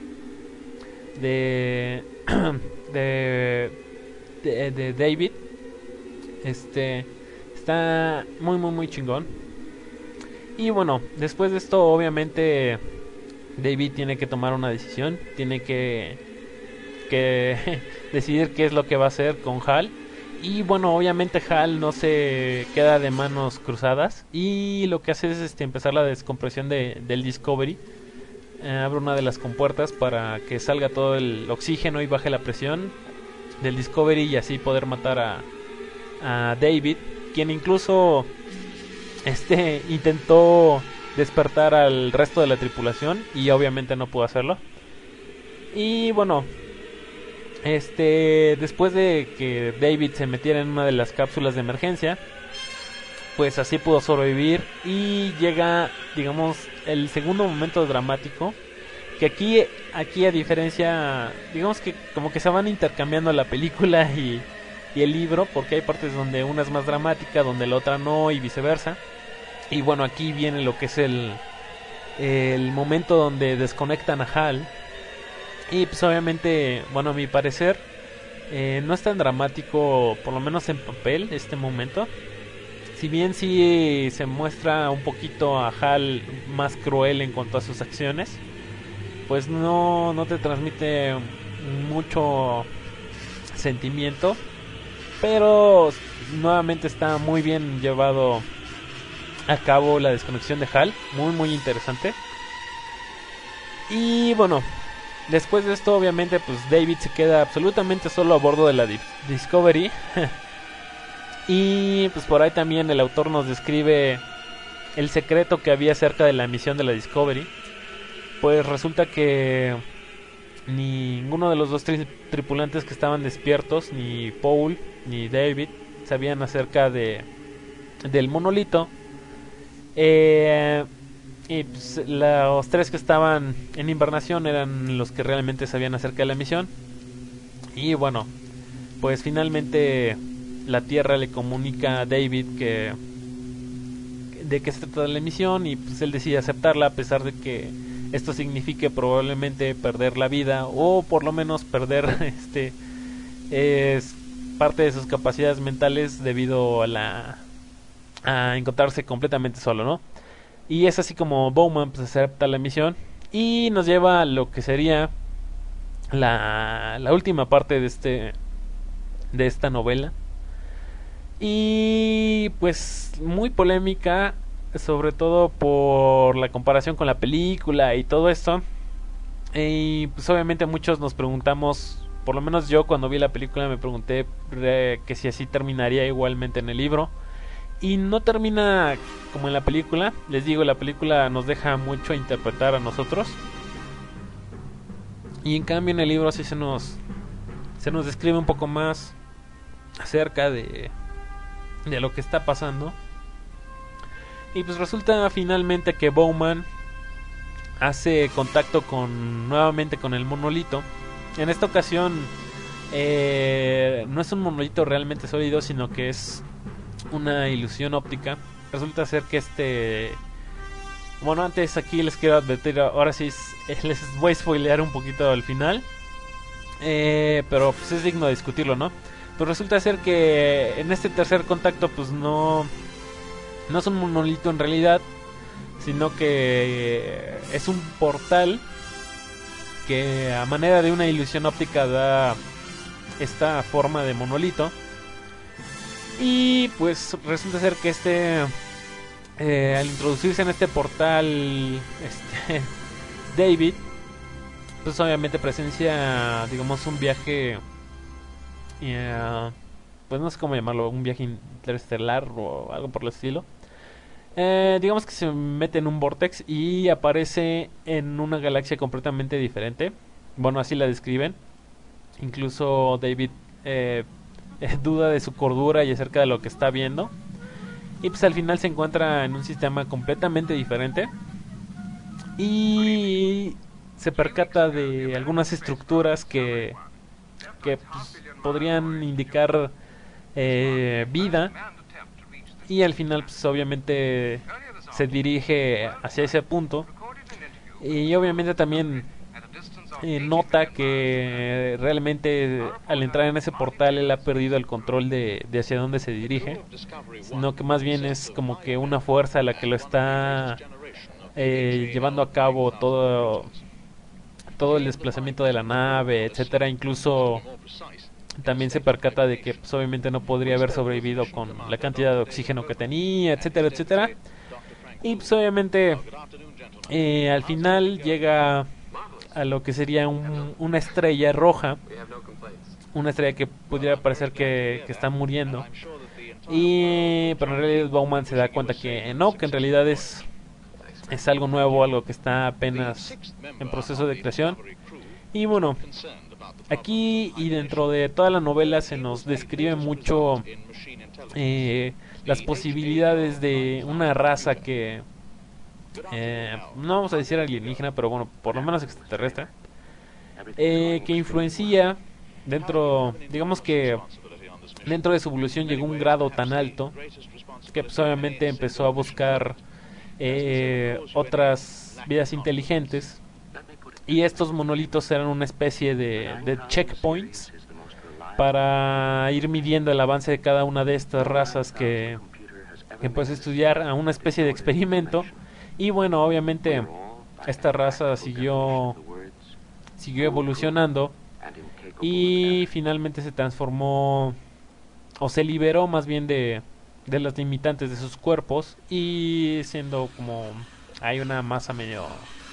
de de, de, de David. Este está muy muy muy chingón. Y bueno, después de esto obviamente David tiene que tomar una decisión, tiene que que decidir qué es lo que va a hacer con HAL. Y bueno, obviamente HAL no se queda de manos cruzadas y lo que hace es este, empezar la descompresión de, del Discovery. Eh, abre una de las compuertas para que salga todo el oxígeno y baje la presión del Discovery y así poder matar a, a David, quien incluso este intentó despertar al resto de la tripulación y obviamente no pudo hacerlo. Y bueno, Este, después de que David se metiera en una de las cápsulas de emergencia, pues así pudo sobrevivir. Y llega, digamos, el segundo momento dramático, que aquí, aquí a diferencia, digamos que como que se van intercambiando la película y, y el libro, porque hay partes donde una es más dramática, donde la otra no, y viceversa. Y bueno, aquí viene lo que es el, el momento donde desconectan a Hal. Y pues obviamente, bueno, a mi parecer, eh, no es tan dramático, por lo menos en papel, este momento. Si bien sí se muestra un poquito a Hal más cruel en cuanto a sus acciones, pues no, no te transmite mucho sentimiento. Pero nuevamente está muy bien llevado a cabo la desconexión de Hal, muy muy interesante. Y bueno, después de esto obviamente pues David se queda absolutamente solo a bordo de la Discovery. Y pues por ahí también el autor nos describe el secreto que había acerca de la misión de la Discovery. Pues resulta que ninguno de los dos tri- tripulantes que estaban despiertos, ni Paul ni David, sabían acerca de del monolito. Eh, y pues, los tres que estaban en hibernación eran los que realmente sabían acerca de la misión. Y bueno, pues finalmente la Tierra le comunica a David que de qué se trata de la misión, y pues él decide aceptarla a pesar de que esto signifique probablemente perder la vida, o por lo menos perder este es parte de sus capacidades mentales debido a la a encontrarse completamente solo, ¿no? Y es así como Bowman pues acepta la misión y nos lleva a lo que sería la, la última parte de este de esta novela. Y pues muy polémica, sobre todo por la comparación con la película y todo esto. Y pues obviamente muchos nos preguntamos, por lo menos yo cuando vi la película me pregunté eh, que si así terminaría igualmente en el libro. Y no termina como en la película. Les digo, la película nos deja mucho a interpretar a nosotros. Y en cambio en el libro sí se nos se nos describe un poco más acerca de de lo que está pasando. Y pues resulta finalmente que Bowman hace contacto con nuevamente con el monolito. En esta ocasión eh, no es un monolito realmente sólido, sino que es una ilusión óptica. Resulta ser que este... Bueno, antes aquí les quiero advertir, ahora sí les voy a spoilear un poquito al final. Eh, pero pues es digno de discutirlo, ¿no? Pues resulta ser que en este tercer contacto pues no... No es un monolito en realidad, sino que es un portal que a manera de una ilusión óptica da esta forma de monolito. Y pues resulta ser que este eh, al introducirse en este portal este David pues obviamente presencia, digamos, un viaje uh, pues no sé cómo llamarlo, un viaje interestelar o algo por el estilo. Eh, digamos que se mete en un vortex y aparece en una galaxia completamente diferente. Bueno, así la describen. Incluso David eh, duda de su cordura y acerca de lo que está viendo. Y pues al final se encuentra en un sistema completamente diferente. Y se percata de algunas estructuras que, que pues, podrían indicar eh, vida. Y al final pues obviamente se dirige hacia ese punto. Y obviamente también eh, nota que realmente al entrar en ese portal él ha perdido el control de, de hacia dónde se dirige, sino que más bien es como que una fuerza la que lo está eh, llevando a cabo todo, todo el desplazamiento de la nave, etcétera. Incluso también se percata de que pues, obviamente no podría haber sobrevivido con la cantidad de oxígeno que tenía, etcétera, etcétera. Y pues obviamente eh, al final llega a lo que sería un, una estrella roja, una estrella que pudiera parecer que, que está muriendo. Y pero en realidad Bowman se da cuenta que no, que en realidad es es algo nuevo, algo que está apenas en proceso de creación. Y bueno, aquí y dentro de toda la novela se nos describe mucho eh, las posibilidades de una raza que eh, no vamos a decir alienígena, pero bueno, por lo menos extraterrestre, eh, que influencia dentro, digamos que dentro de su evolución llegó a un grado tan alto que pues obviamente empezó a buscar eh, otras vías inteligentes, y estos monolitos eran una especie de, de checkpoints para ir midiendo el avance de cada una de estas razas que, que puedes estudiar a una especie de experimento. Y bueno, obviamente esta raza siguió siguió evolucionando y finalmente se transformó, o se liberó más bien de, de las limitantes de sus cuerpos, y siendo como hay una masa medio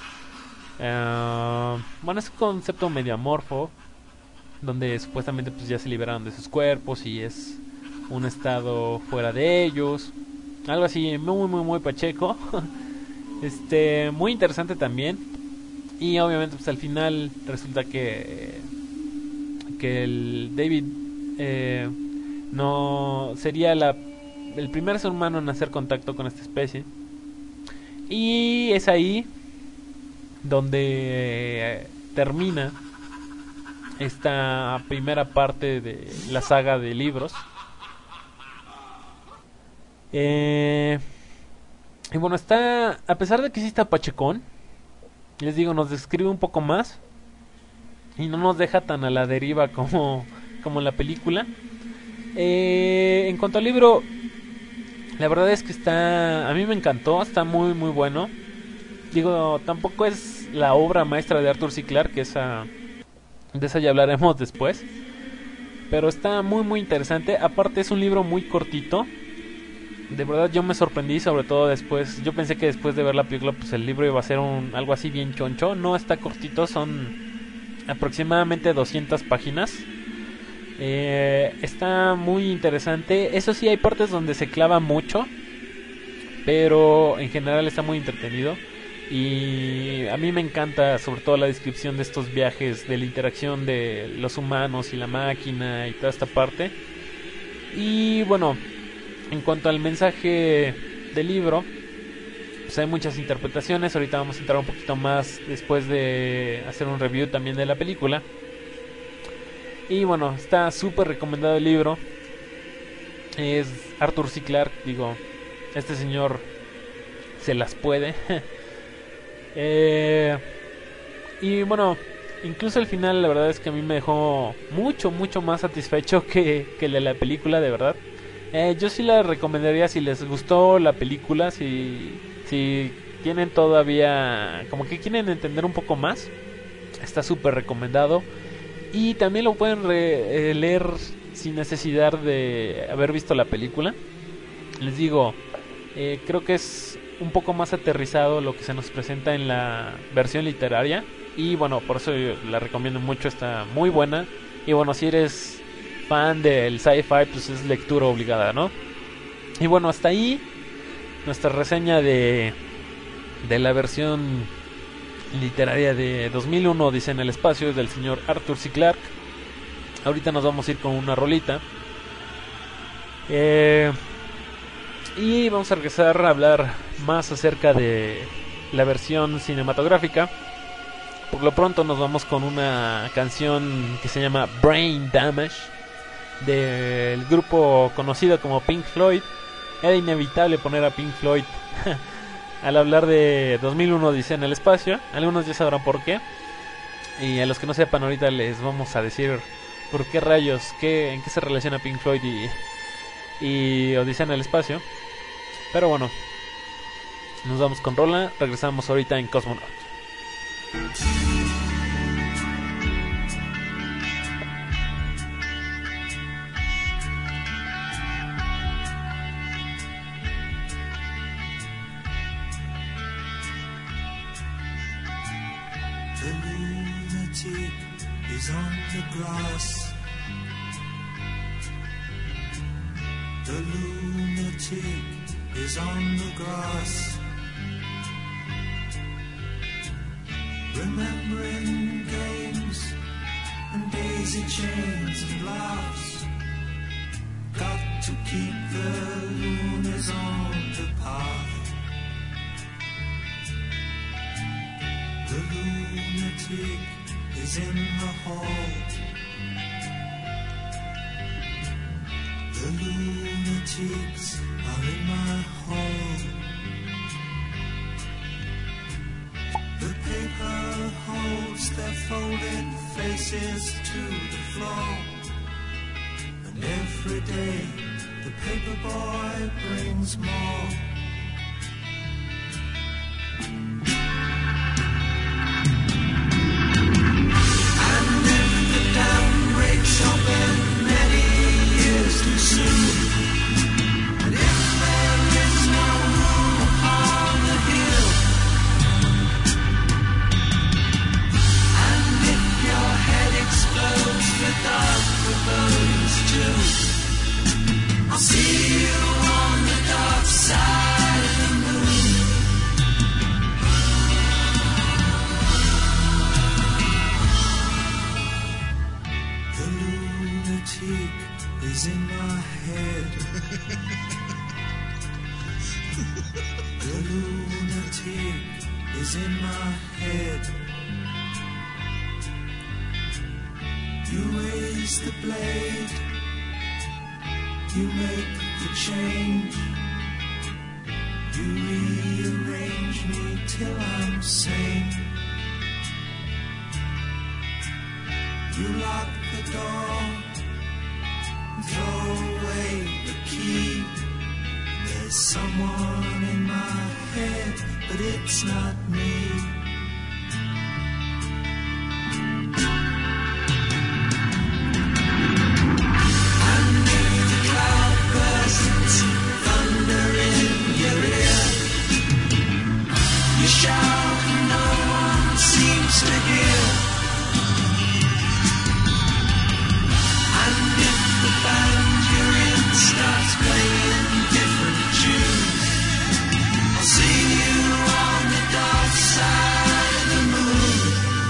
uh, bueno, es un concepto medio amorfo, donde supuestamente pues ya se liberaron de sus cuerpos y es un estado fuera de ellos, algo así muy muy muy pacheco. Este, muy interesante también. Y obviamente pues al final resulta que que el David eh, no sería la, el primer ser humano en hacer contacto con esta especie, y es ahí donde eh, termina esta primera parte de la saga de libros. Eh, y bueno, está, a pesar de que sí está pachecón, les digo, nos describe un poco más y no nos deja tan a la deriva como, como en la película. Eh, en cuanto al libro, la verdad es que está, a mí me encantó, está muy muy bueno. Digo, tampoco es la obra maestra de Arthur C. Clarke, que esa, de esa ya hablaremos después, pero está muy muy interesante. Aparte es un libro muy cortito. De verdad yo me sorprendí, sobre todo después. Yo pensé que después de ver la película pues el libro iba a ser un, algo así bien choncho. No, está cortito, son aproximadamente doscientas páginas. eh, Está muy interesante. Eso sí, hay partes donde se clava mucho, pero en general está muy entretenido. Y a mí me encanta sobre todo la descripción de estos viajes, de la interacción de los humanos y la máquina y toda esta parte. Y bueno, en cuanto al mensaje del libro, pues hay muchas interpretaciones. Ahorita vamos a entrar un poquito más después de hacer un review también de la película. Y bueno, está súper recomendado el libro. Es Arthur C. Clarke, digo, este señor se las puede. eh, y bueno, incluso el final la verdad es que a mí me dejó mucho, mucho más satisfecho que, que el de la película, de verdad. Eh, yo sí la recomendaría si les gustó la película, si, si tienen todavía, como que quieren entender un poco más, está súper recomendado. Y también lo pueden re, eh, leer sin necesidad de haber visto la película. Les digo, eh, creo que es un poco más aterrizado lo que se nos presenta en la versión literaria. Y bueno, por eso yo la recomiendo mucho, está muy buena. Y bueno, si eres fan del sci-fi, pues es lectura obligada, ¿no? Y bueno, hasta ahí nuestra reseña de de la versión literaria de dos mil uno, Odisea en el espacio, del señor Arthur C. Clarke. Ahorita nos vamos a ir con una rolita, eh, y vamos a regresar a hablar más acerca de la versión cinematográfica. Por lo pronto nos vamos con una canción que se llama Brain Damage, del grupo conocido como Pink Floyd. Era inevitable poner a Pink Floyd al hablar de dos mil uno, Odisea en el espacio. Algunos ya sabrán por qué, y a los que no sepan ahorita les vamos a decir por qué rayos, qué, en qué se relaciona Pink Floyd y, y Odisea en el espacio. Pero bueno, nos vamos con rola. Regresamos ahorita en Cosmonaut. Is on the grass. The lunatic is on the grass, remembering games and daisy chains and laughs. Got to keep the loonies on the path. The lunatic is in the hall. The lunatics are in my hall. faces to the floor. And every day the paper boy brings more. And if the dam breaks open many years too soon, and if there is no room upon the hill, and if your head explodes for dark forebodings too, I'll see you on the dark side of the moon. The lunatic is in my head. The lunatic is in my head. You raise the blade, you make the change, you rearrange me till I'm sane. You lock the door, throw away the key. There's someone in my head, but it's not me. And if the cloud bursts, thunder in your ear, you shout and no one seems to hear. And if the band you're in starts playing different tunes, I'll see you on the dark side of the moon.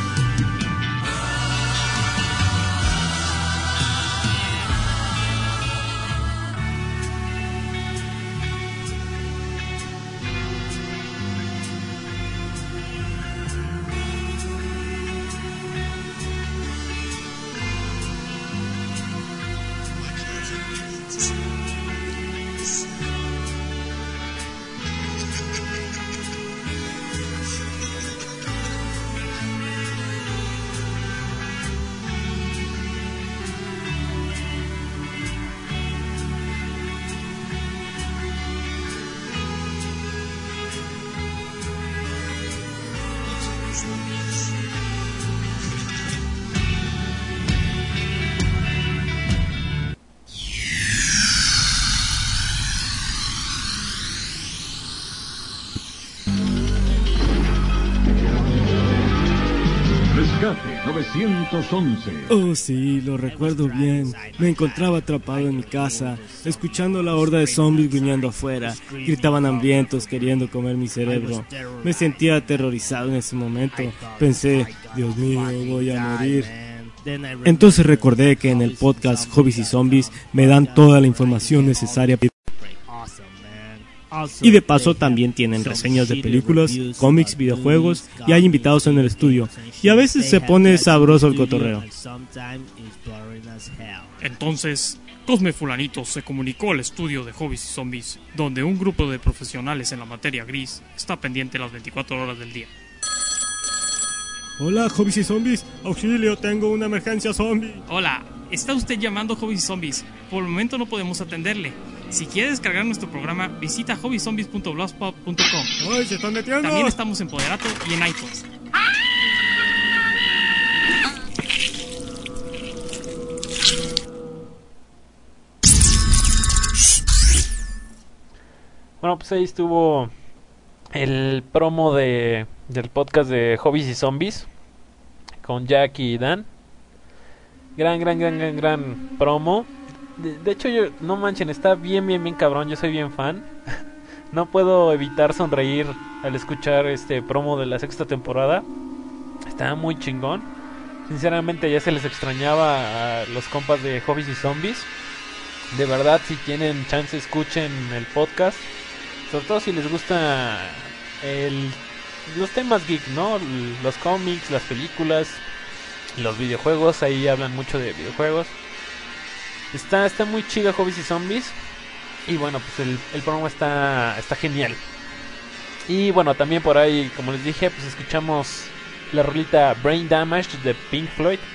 Rescate novecientos once. Oh sí, lo recuerdo bien. Me encontraba atrapado en mi casa, escuchando la horda de zombies gruñendo afuera. Gritaban hambrientos, queriendo comer mi cerebro. Me sentía aterrorizado en ese momento. Pensé, Dios mío, voy a morir. Entonces recordé que en el podcast Hobbies y Zombies me dan toda la información necesaria. Y de paso también tienen reseñas de películas, cómics, videojuegos y hay invitados en el estudio. Y a veces se pone sabroso el cotorreo. Entonces, Cosme Fulanito se comunicó al estudio de Hobbies y Zombies, donde un grupo de profesionales en la materia gris está pendiente las veinticuatro horas del día. Hola, Hobbies y Zombies. Auxilio, tengo una emergencia zombie. Hola, está usted llamando a Hobbies y Zombies. Por el momento no podemos atenderle. Si quiere descargar nuestro programa, visita hobbies zombies punto blogspot punto com. ¡Ay, se están metiendo! También estamos en Poderato y en iTunes. Bueno, pues ahí estuvo el promo de del podcast de Hobbies y Zombies con Jack y Dan. Gran, gran, gran, gran, gran promo. De, de hecho, yo, no manchen, está bien, bien, bien cabrón. Yo soy bien fan. No puedo evitar sonreír al escuchar este promo de la sexta temporada. Está muy chingón. Sinceramente ya se les extrañaba a los compas de Hobbies y Zombies. De verdad, si tienen chance, escuchen el podcast. Sobre todo si les gusta el, los temas geek, ¿no? Los cómics, las películas, los videojuegos. Ahí hablan mucho de videojuegos. Está, está muy chida Hobbies y Zombies. Y bueno, pues el, el programa está, está genial. Y bueno, también por ahí, como les dije, pues escuchamos la rolita Brain Damage de Pink Floyd.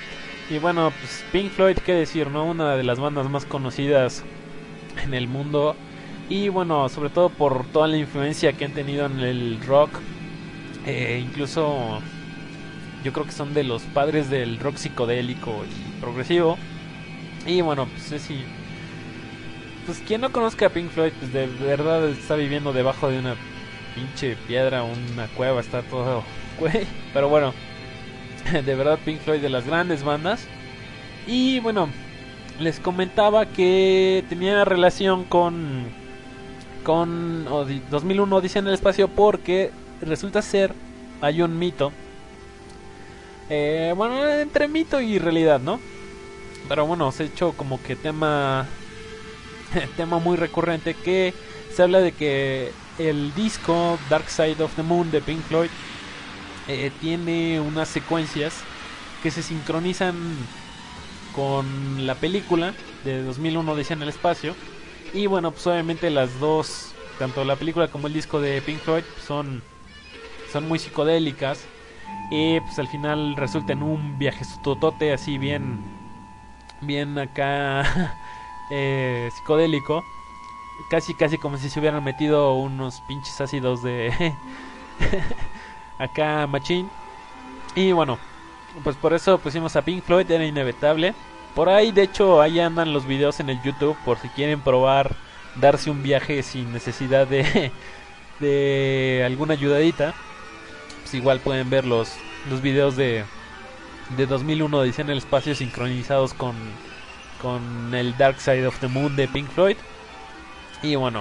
Y bueno, pues Pink Floyd, qué decir, ¿no? Una de las bandas más conocidas en el mundo. Y bueno, sobre todo por toda la influencia que han tenido en el rock. Eh, incluso yo creo que son de los padres del rock psicodélico y progresivo. Y bueno, pues es si... Pues quien no conozca a Pink Floyd, pues de verdad está viviendo debajo de una pinche piedra, una cueva, está todo... Güey, pero bueno... De verdad Pink Floyd, de las grandes bandas. Y bueno, les comentaba que tenía relación con Con Odi- dos mil uno Odisea en el espacio, porque resulta ser, hay un mito, eh, bueno, entre mito y realidad, ¿no? Pero bueno, se ha hecho como que tema tema muy recurrente, que se habla de que el disco Dark Side of the Moon de Pink Floyd Eh, tiene unas secuencias que se sincronizan con la película de dos mil uno Odisea en el espacio. Y bueno, pues obviamente las dos, tanto la película como el disco de Pink Floyd, son, son muy psicodélicas. Y pues al final resulta en un viaje totote así bien, bien acá eh, psicodélico. Casi casi como si se hubieran metido unos pinches ácidos de... acá machín. Y bueno, pues por eso pusimos a Pink Floyd, era inevitable. Por ahí de hecho ahí andan los videos en el YouTube, por si quieren probar darse un viaje sin necesidad de de alguna ayudadita. Pues igual pueden ver los, los videos de de dos mil uno Odisea en el espacio sincronizados con con el Dark Side of the Moon de Pink Floyd. Y bueno,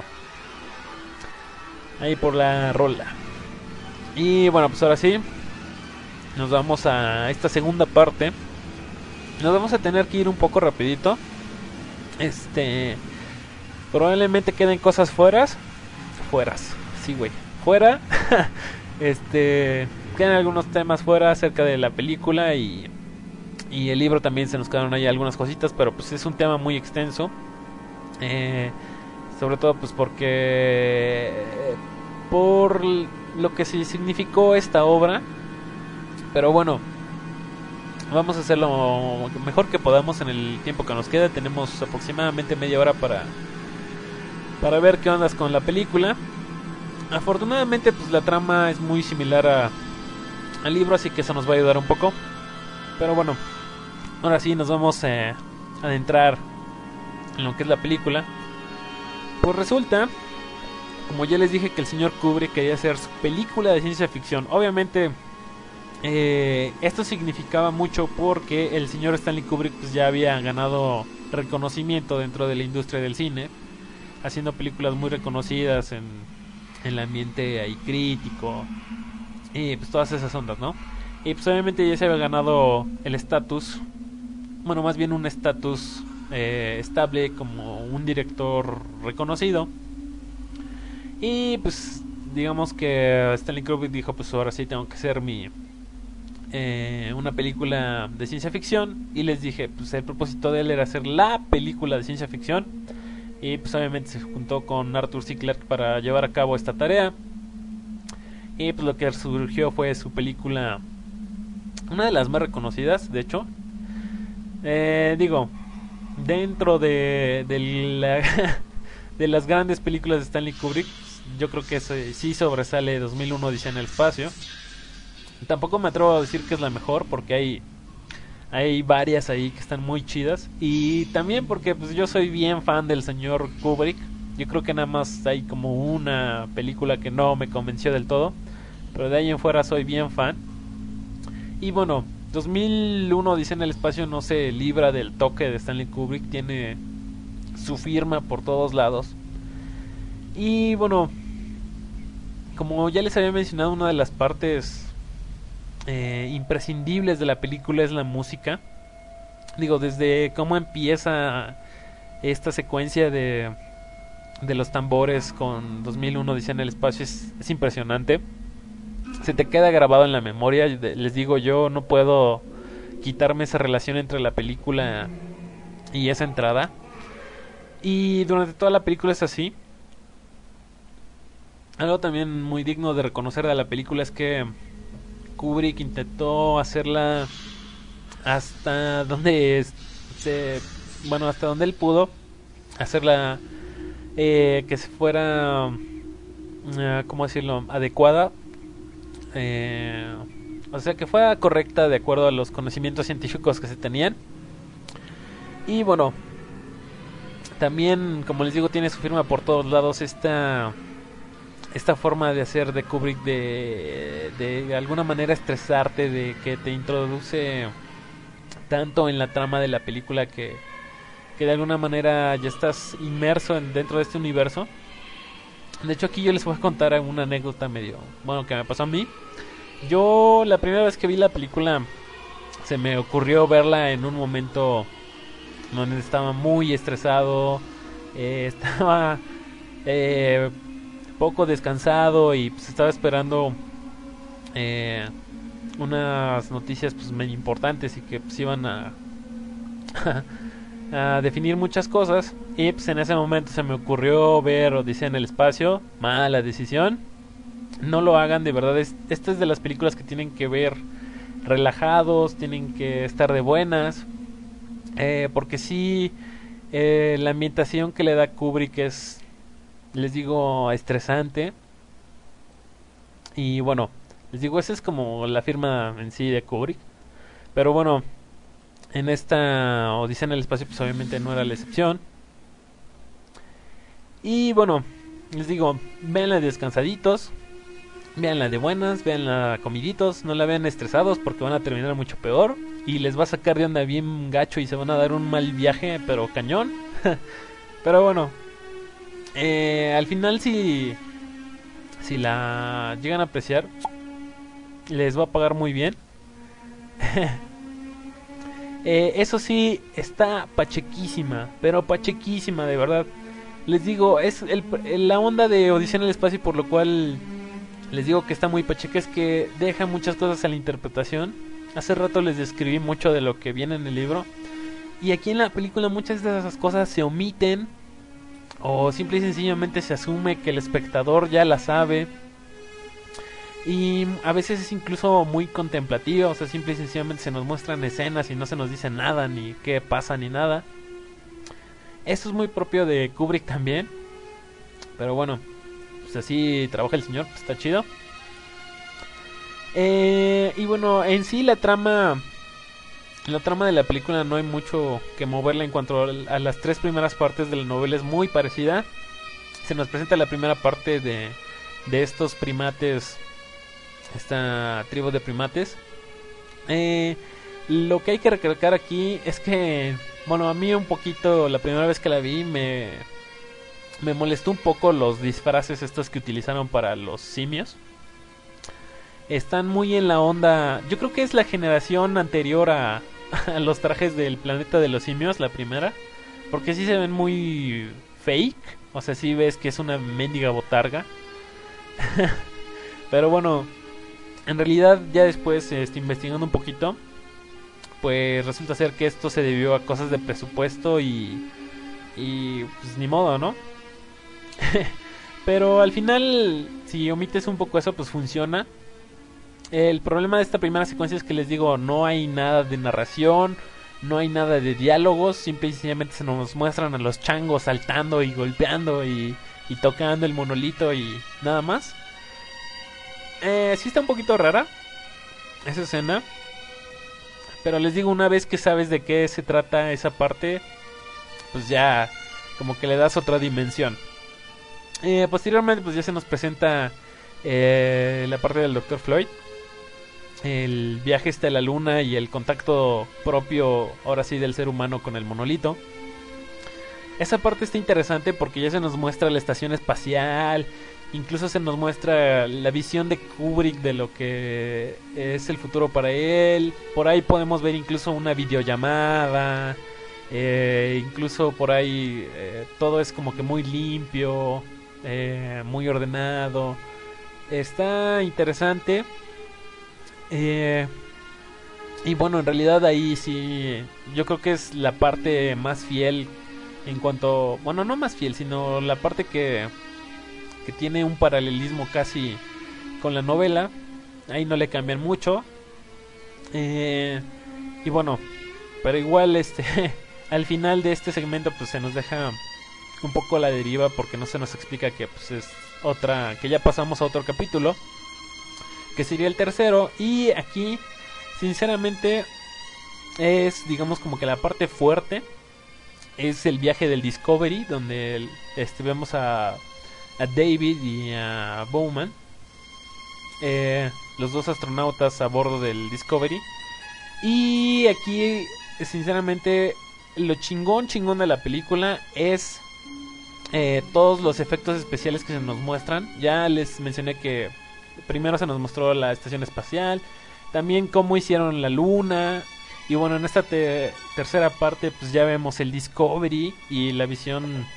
ahí por la rola. Y bueno, pues ahora sí, nos vamos a esta segunda parte. Nos vamos a tener que ir un poco rapidito. Este, probablemente queden cosas fueras. Fueras, sí güey, fuera. Este, quedan algunos temas fuera acerca de la película y, y el libro también se nos quedaron ahí algunas cositas. Pero pues es un tema muy extenso. Eh, sobre todo pues porque... Por... lo que sí significó esta obra. Pero bueno, vamos a hacer lo mejor que podamos en el tiempo que nos queda. Tenemos aproximadamente media hora para para ver qué ondas con la película. Afortunadamente pues la trama es muy similar a al libro, así que eso nos va a ayudar un poco. Pero bueno, ahora sí nos vamos eh, a adentrar en lo que es la película. Pues resulta, como ya les dije, que el señor Kubrick quería hacer su película de ciencia ficción. Obviamente eh, esto significaba mucho porque el señor Stanley Kubrick pues, ya había ganado reconocimiento dentro de la industria del cine, haciendo películas muy reconocidas en, en el ambiente ahí crítico y pues todas esas ondas, ¿no? Y pues obviamente ya se había ganado el estatus, bueno, más bien un estatus eh, estable como un director reconocido. Y pues digamos que Stanley Kubrick dijo, pues ahora sí tengo que hacer mi eh, una película de ciencia ficción. Y les dije, pues el propósito de él era hacer la película de ciencia ficción. Y pues obviamente se juntó con Arthur C. Clarke para llevar a cabo esta tarea. Y pues lo que surgió fue su película, una de las más reconocidas, de hecho. Eh, digo, dentro de, de la... de las grandes películas de Stanley Kubrick, yo creo que eso sí sobresale dos mil uno Odisea en el espacio. Tampoco me atrevo a decir que es la mejor, porque hay hay varias ahí que están muy chidas. Y también porque pues yo soy bien fan del señor Kubrick. Yo creo que nada más hay como una película que no me convenció del todo, pero de ahí en fuera soy bien fan. Y bueno, dos mil uno Odisea en el espacio no se libra del toque de Stanley Kubrick. Tiene su firma por todos lados. Y bueno, como ya les había mencionado, una de las partes eh, imprescindibles de la película es la música. Digo, desde cómo empieza esta secuencia de, de los tambores con dos mil uno Odisea en el espacio es, es impresionante. Se te queda grabado en la memoria. Les digo, yo no puedo quitarme esa relación entre la película y esa entrada. Y durante toda la película es así. Algo también muy digno de reconocer de la película es que Kubrick intentó hacerla hasta donde se, bueno, hasta donde él pudo hacerla eh, que se fuera, uh, ¿cómo decirlo?, adecuada, eh, o sea, que fuera correcta de acuerdo a los conocimientos científicos que se tenían. Y bueno, también, como les digo, tiene su firma por todos lados esta esta forma de hacer de Kubrick, de de alguna manera estresarte, de que te introduce tanto en la trama de la película que, que de alguna manera ya estás inmerso en, dentro de este universo. De hecho, aquí yo les voy a contar una anécdota medio, bueno, que me pasó a mí. Yo la primera vez que vi la película se me ocurrió verla en un momento donde estaba muy estresado, eh, estaba eh, poco descansado y pues estaba esperando eh, unas noticias pues muy importantes y que pues iban a a definir muchas cosas. Y pues en ese momento se me ocurrió ver Odisea en el espacio. Mala decisión, no lo hagan, de verdad. Es, esta es de las películas que tienen que ver relajados, tienen que estar de buenas, eh, porque sí, eh, la ambientación que le da Kubrick es, les digo, estresante. Y bueno, les digo, esa es como la firma en sí de Kubrick. Pero bueno, en esta Odisea en el espacio pues obviamente no era la excepción. Y bueno, les digo, véanla descansaditos, véanla de buenas, véanla comiditos, no la vean estresados porque van a terminar mucho peor y les va a sacar de onda bien gacho y se van a dar un mal viaje, pero cañón. Pero bueno, eh, al final si si la llegan a apreciar, les va a pagar muy bien. eh, eso sí, está pachequísima, pero pachequísima, de verdad. Les digo, es el, la onda de Odisea en el espacio, por lo cual les digo que está muy pacheca, es que deja muchas cosas a la interpretación. Hace rato les describí mucho de lo que viene en el libro, y aquí en la película muchas de esas cosas se omiten, o simple y sencillamente se asume que el espectador ya la sabe. Y a veces es incluso muy contemplativa, o sea, simple y sencillamente se nos muestran escenas y no se nos dice nada, ni qué pasa, ni nada. Eso es muy propio de Kubrick también. Pero bueno, pues así trabaja el señor, pues está chido. Eh, y bueno, en sí la trama, la trama de la película no hay mucho que moverla en cuanto a las tres primeras partes de la novela, es muy parecida. Se nos presenta la primera parte de, de estos primates, esta tribu de primates. Eh, lo que hay que recalcar aquí es que, bueno, a mí un poquito, la primera vez que la vi me, me molestó un poco los disfraces estos que utilizaron para los simios. Están muy en la onda, yo creo que es la generación anterior a, a los trajes del planeta de los simios, la primera, porque sí se ven muy fake, o sea, sí ves que es una mendiga botarga. Pero bueno, en realidad ya después, este, investigando un poquito, pues resulta ser que esto se debió a cosas de presupuesto y, y pues ni modo, ¿no? Pero al final, si omites un poco eso, pues funciona. El problema de esta primera secuencia es que les digo, no hay nada de narración, no hay nada de diálogos, simple y sencillamente se nos muestran a los changos saltando y golpeando y, y tocando el monolito y nada más. Eh, sí está un poquito rara esa escena, pero les digo, una vez que sabes de qué se trata esa parte, pues ya como que le das otra dimensión. Eh, posteriormente pues ya se nos presenta eh, la parte del doctor Floyd, el viaje hasta la luna y el contacto propio, ahora sí, del ser humano con el monolito. Esa parte está interesante porque ya se nos muestra la estación espacial, incluso se nos muestra la visión de Kubrick de lo que es el futuro para él. Por ahí podemos ver incluso una videollamada, eh, incluso por ahí eh, todo es como que muy limpio, eh, muy ordenado. Está interesante. Eh, y bueno, en realidad ahí sí, yo creo que es la parte más fiel en cuanto, bueno, no más fiel, sino la parte que que tiene un paralelismo casi con la novela. Ahí no le cambian mucho. Eh, y bueno, pero igual este al final de este segmento pues se nos deja un poco la deriva porque no se nos explica que pues es otra, que ya pasamos a otro capítulo, que sería el tercero, y aquí sinceramente es digamos como que la parte fuerte es el viaje del Discovery, donde el, este vemos a, a David y a Bowman, eh, los dos astronautas a bordo del Discovery. Y aquí sinceramente lo chingón chingón de la película es eh, todos los efectos especiales que se nos muestran. Ya les mencioné que primero se nos mostró la estación espacial, también cómo hicieron la luna, y bueno, en esta te tercera parte pues ya vemos el Discovery y la visión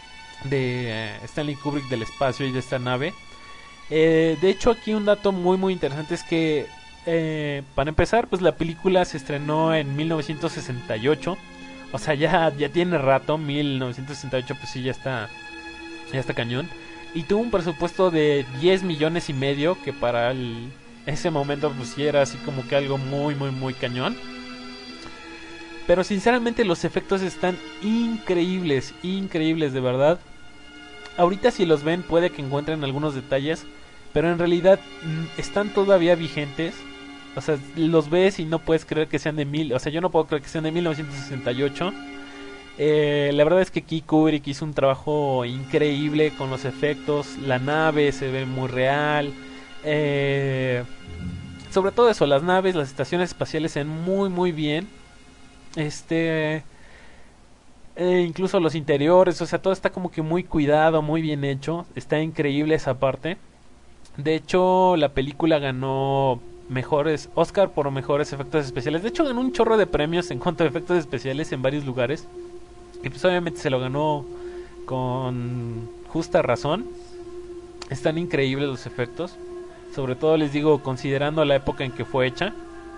de eh, Stanley Kubrick del espacio y de esta nave. Eh, de hecho, aquí un dato muy muy interesante es que eh, para empezar, pues la película se estrenó en mil novecientos sesenta y ocho. O sea, ya, ya tiene rato. mil novecientos sesenta y ocho pues sí, ya está, ya está cañón. Y tuvo un presupuesto de diez millones y medio, que para el, ese momento pues sí era así como que algo muy muy muy cañón. Pero sinceramente los efectos están increíbles, increíbles de verdad. Ahorita si los ven puede que encuentren algunos detalles, pero en realidad están todavía vigentes. O sea, los ves y no puedes creer que sean de mil, o sea, yo no puedo creer que sean de mil novecientos sesenta y ocho. Eh, la verdad es que aquí Kubrick hizo un trabajo increíble con los efectos. La nave se ve muy real. Eh, sobre todo eso, las naves, las estaciones espaciales se ven muy muy bien. Este... Eh, incluso los interiores, o sea, todo está como que muy cuidado, muy bien hecho. Está increíble esa parte. De hecho, la película ganó mejores Oscar por mejores efectos especiales. De hecho, ganó un chorro de premios en cuanto a efectos especiales en varios lugares. Y pues obviamente se lo ganó con justa razón. Están increíbles los efectos. Sobre todo les digo, considerando la época en que fue hecha.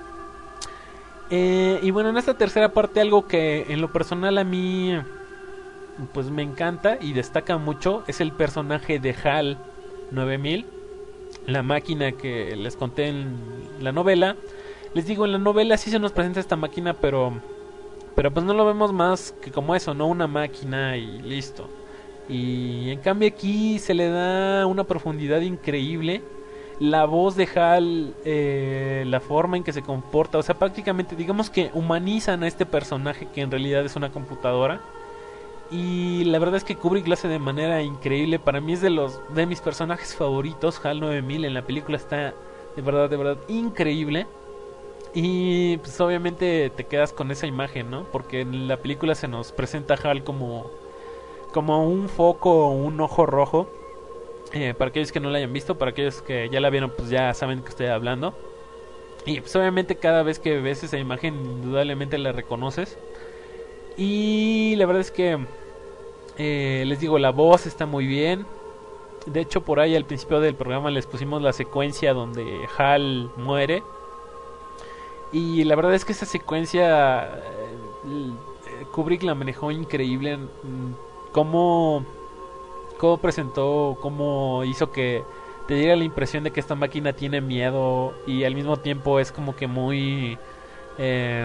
Eh, y bueno, en esta tercera parte algo que en lo personal a mí pues me encanta y destaca mucho es el personaje de HAL nueve mil, la máquina que les conté en la novela. Les digo, en la novela sí se nos presenta esta máquina, pero pero pues no lo vemos más que como eso, no una máquina y listo. Y en cambio aquí se le da una profundidad increíble. La voz de HAL, eh, la forma en que se comporta, o sea, prácticamente digamos que humanizan a este personaje que en realidad es una computadora. Y la verdad es que Kubrick lo hace de manera increíble. Para mí es de los de mis personajes favoritos. HAL nueve mil en la película está de verdad, de verdad increíble. Y pues obviamente te quedas con esa imagen, ¿no? Porque en la película se nos presenta a HAL como, como un foco, un ojo rojo. Eh, para aquellos que no la hayan visto, para aquellos que ya la vieron, pues ya saben que estoy hablando. Y pues obviamente cada vez que ves esa imagen, indudablemente la reconoces. Y la verdad es que eh, les digo, la voz está muy bien. De hecho, por ahí al principio del programa les pusimos la secuencia donde HAL muere. Y la verdad es que esa secuencia eh, Kubrick la manejó increíble. Cómo cómo presentó, cómo hizo que te diera la impresión de que esta máquina tiene miedo y al mismo tiempo es como que muy eh,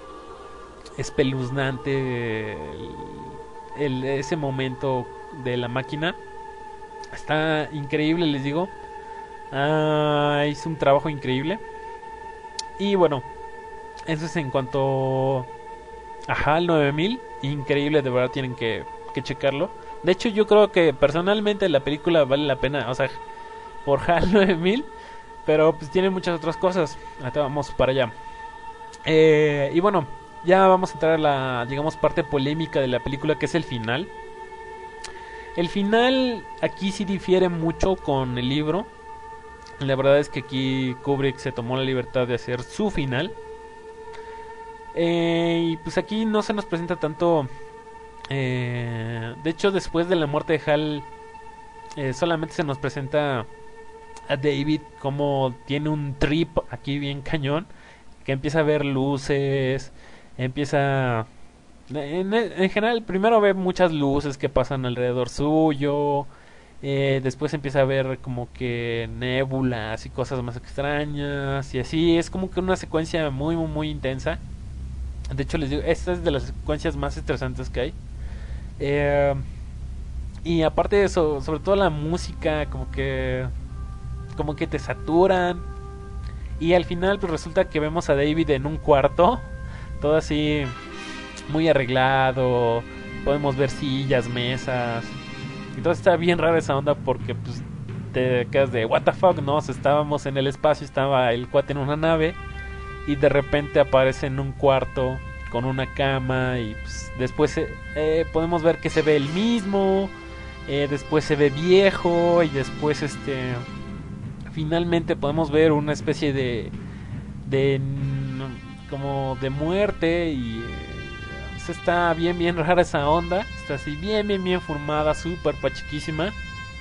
espeluznante el, el, ese momento de la máquina. Está increíble, les digo. Ah, hizo un trabajo increíble. Y bueno, eso es en cuanto a HAL nueve mil. Increíble, de verdad tienen que, que checarlo. De hecho, yo creo que personalmente la película vale la pena, o sea, por HAL nueve mil, pero pues tiene muchas otras cosas. Ahorita vamos para allá. Eh, y bueno, ya vamos a entrar a la, digamos, parte polémica de la película, que es el final. El final aquí sí difiere mucho con el libro. La verdad es que aquí Kubrick se tomó la libertad de hacer su final. Eh, y pues aquí no se nos presenta tanto... Eh, de hecho, después de la muerte de HAL, eh, solamente se nos presenta a David como tiene un trip aquí bien cañón, que empieza a ver luces, empieza... En, en general, primero ve muchas luces que pasan alrededor suyo, eh, después empieza a ver como que nébulas y cosas más extrañas, y así es como que una secuencia muy muy muy intensa. De hecho, les digo, esta es de las secuencias más estresantes que hay. Eh, y aparte de eso, sobre todo la música, como que como que te saturan. Y al final pues resulta que vemos a David en un cuarto, todo así muy arreglado. Podemos ver sillas, mesas. Entonces está bien rara esa onda porque pues te quedas de what the fuck, ¿no? O sea, estábamos en el espacio, estaba el cuate en una nave y de repente aparece en un cuarto con una cama y pues, después eh, podemos ver que se ve el mismo, eh, después se ve viejo y después este finalmente podemos ver una especie de de como de muerte y eh, pues está bien bien rara esa onda, está así bien bien bien formada, súper pachequísima.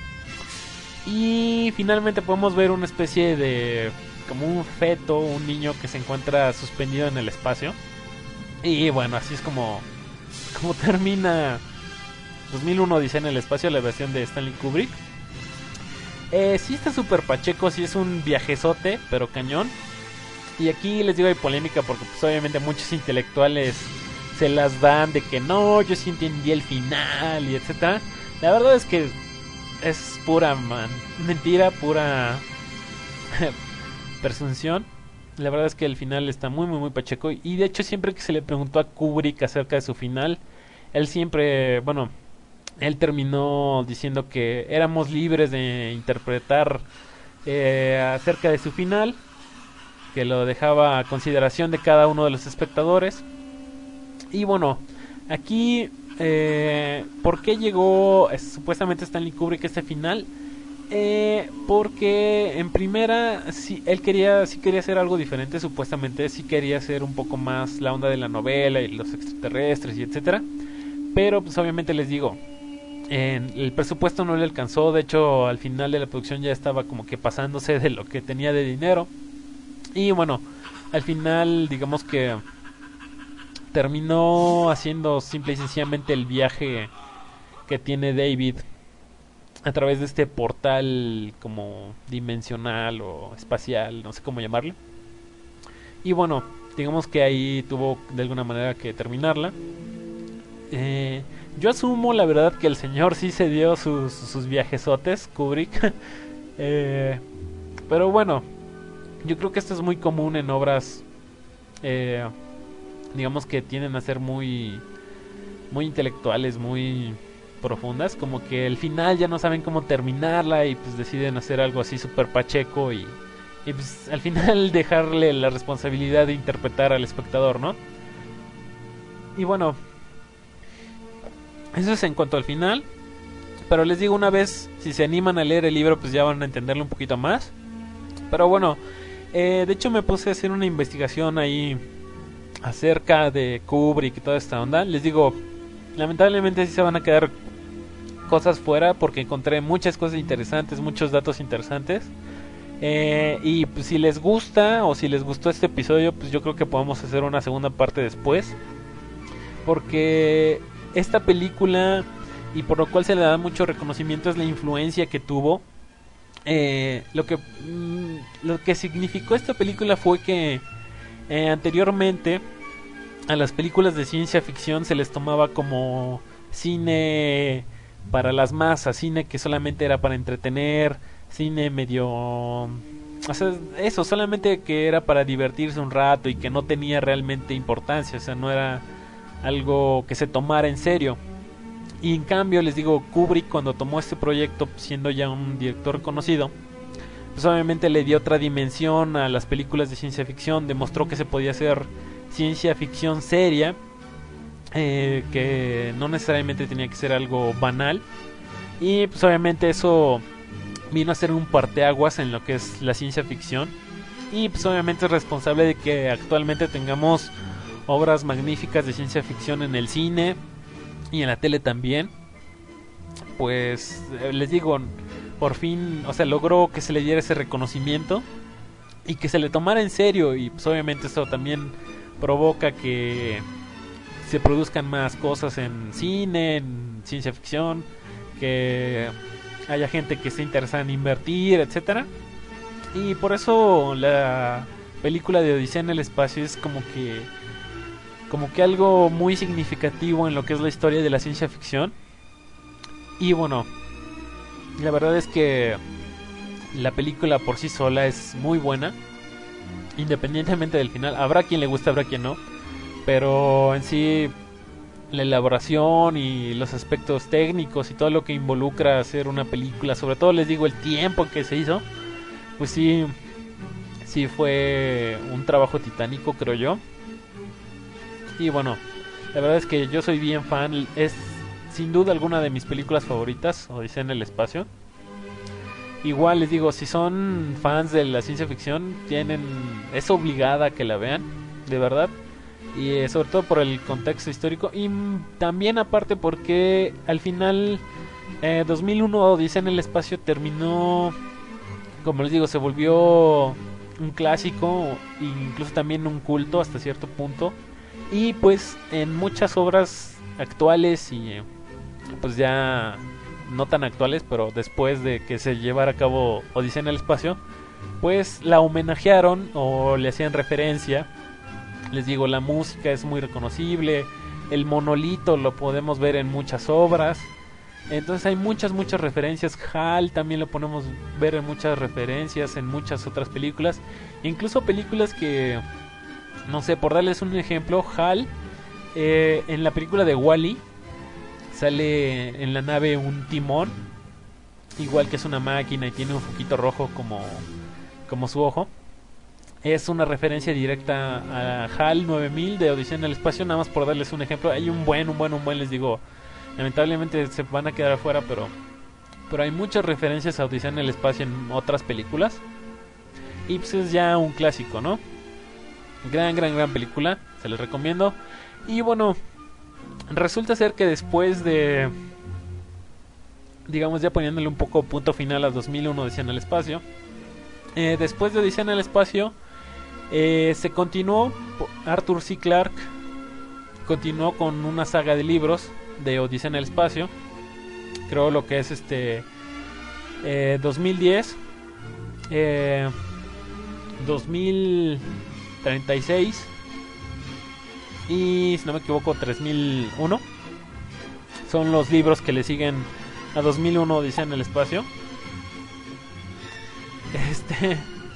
Y finalmente podemos ver una especie de como un feto, un niño que se encuentra suspendido en el espacio. Y bueno, así es como como termina dos mil uno Odisea en el espacio, la versión de Stanley Kubrick. Eh, sí está súper pacheco, sí es un viajezote, pero cañón. Y aquí les digo hay polémica porque pues obviamente muchos intelectuales se las dan de que no, yo sí entendí el final y etcétera. La verdad es que es pura man, mentira, pura presunción. La verdad es que el final está muy muy muy pacheco. Y de hecho siempre que se le preguntó a Kubrick acerca de su final, él siempre, bueno, él terminó diciendo que éramos libres de interpretar eh, acerca de su final, que lo dejaba a consideración de cada uno de los espectadores. Y bueno, aquí eh, ¿por qué llegó eh, supuestamente Stanley Kubrick a este final? Eh, porque en primera sí, él quería sí quería hacer algo diferente, supuestamente sí quería hacer un poco más la onda de la novela y los extraterrestres y etcétera, pero pues obviamente les digo, en, el presupuesto no le alcanzó. De hecho al final de la producción ya estaba como que pasándose de lo que tenía de dinero y bueno, al final digamos que terminó haciendo simple y sencillamente el viaje que tiene David a través de este portal como dimensional o espacial, no sé cómo llamarlo. Y bueno, digamos que ahí tuvo de alguna manera que terminarla. Eh, yo asumo la verdad que el señor sí se dio sus, sus viajesotes, Kubrick. eh, pero bueno, yo creo que esto es muy común en obras, eh, digamos que tienden a ser muy, muy intelectuales, muy profundas, como que el final ya no saben cómo terminarla y pues deciden hacer algo así super pacheco y, y pues al final dejarle la responsabilidad de interpretar al espectador, ¿no? Y bueno, eso es en cuanto al final, pero les digo, una vez si se animan a leer el libro pues ya van a entenderlo un poquito más. Pero bueno, eh, de hecho me puse a hacer una investigación ahí acerca de Kubrick y toda esta onda. Les digo, lamentablemente sí se van a quedar cosas fuera porque encontré muchas cosas interesantes, muchos datos interesantes. Eh, y pues, si les gusta o si les gustó este episodio, pues yo creo que podemos hacer una segunda parte después. Porque esta película, y por lo cual se le da mucho reconocimiento, es la influencia que tuvo. Eh, lo que mmm, lo que significó esta película fue que eh, anteriormente a las películas de ciencia ficción se les tomaba como cine para las masas, cine que solamente era para entretener, cine medio, o sea, eso, solamente que era para divertirse un rato y que no tenía realmente importancia, o sea, no era algo que se tomara en serio. Y en cambio, les digo, Kubrick cuando tomó este proyecto, siendo ya un director conocido, pues obviamente le dio otra dimensión a las películas de ciencia ficción, demostró que se podía hacer ciencia ficción seria, eh, que no necesariamente tenía que ser algo banal. Y pues obviamente eso vino a ser un parteaguas en lo que es la ciencia ficción. Y pues obviamente es responsable de que actualmente tengamos obras magníficas de ciencia ficción en el cine y en la tele también. Pues eh, les digo, por fin, o sea, logró que se le diera ese reconocimiento y que se le tomara en serio. Y pues obviamente esto también provoca que se produzcan más cosas en cine, en ciencia ficción, que haya gente que esté interesada en invertir, etcétera. Y por eso la película de Odisea en el espacio es como que como que algo muy significativo en lo que es la historia de la ciencia ficción. Y bueno, la verdad es que la película por sí sola es muy buena, independientemente del final. Habrá quien le guste, habrá quien no, pero en sí la elaboración y los aspectos técnicos y todo lo que involucra hacer una película, sobre todo les digo el tiempo que se hizo, pues sí, sí fue un trabajo titánico, creo yo. Y bueno, la verdad es que yo soy bien fan, es sin duda alguna de mis películas favoritas, Odisea en el espacio. Igual les digo, si son fans de la ciencia ficción, tienen, es obligada que la vean, de verdad. Y eh, sobre todo por el contexto histórico. Y mm, también aparte porque al final eh, dos mil uno Odisea en el espacio terminó, como les digo, se volvió un clásico, incluso también un culto hasta cierto punto. Y pues en muchas obras actuales y eh, pues ya no tan actuales, pero después de que se llevara a cabo Odisea en el espacio, pues la homenajearon o le hacían referencia. Les digo, la música es muy reconocible, el monolito lo podemos ver en muchas obras, entonces hay muchas, muchas referencias. HAL también lo podemos ver en muchas referencias, en muchas otras películas, incluso películas que, no sé, por darles un ejemplo, HAL, eh, en la película de Wall-E, sale en la nave un timón, igual que es una máquina y tiene un foquito rojo como, como su ojo. Es una referencia directa a HAL nueve mil de Odisea en el espacio, nada más por darles un ejemplo. Hay un buen, un buen, un buen, les digo, lamentablemente se van a quedar afuera, pero pero hay muchas referencias a Odisea en el espacio en otras películas. Y pues es ya un clásico, ¿no? Gran, gran, gran película, se les recomiendo. Y bueno, resulta ser que después de, digamos, ya poniéndole un poco punto final a dos mil uno Odisea en el espacio, eh, después de Odisea en el espacio, Eh, se continuó, Arthur C. Clarke continuó con una saga de libros de Odisea en el espacio. Creo lo que es este eh, dos mil diez, eh, dos mil treinta y seis y, si no me equivoco, tres mil uno. Son los libros que le siguen a dos mil uno Odisea en el espacio. Este...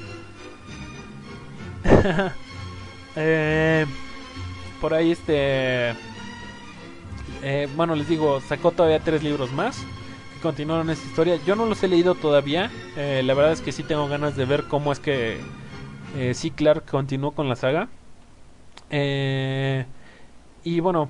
eh, por ahí este eh, bueno, les digo, sacó todavía tres libros más que continuaron esta historia. Yo no los he leído todavía, eh, la verdad es que sí tengo ganas de ver cómo es que eh, C. Clarke continuó con la saga. eh, y bueno,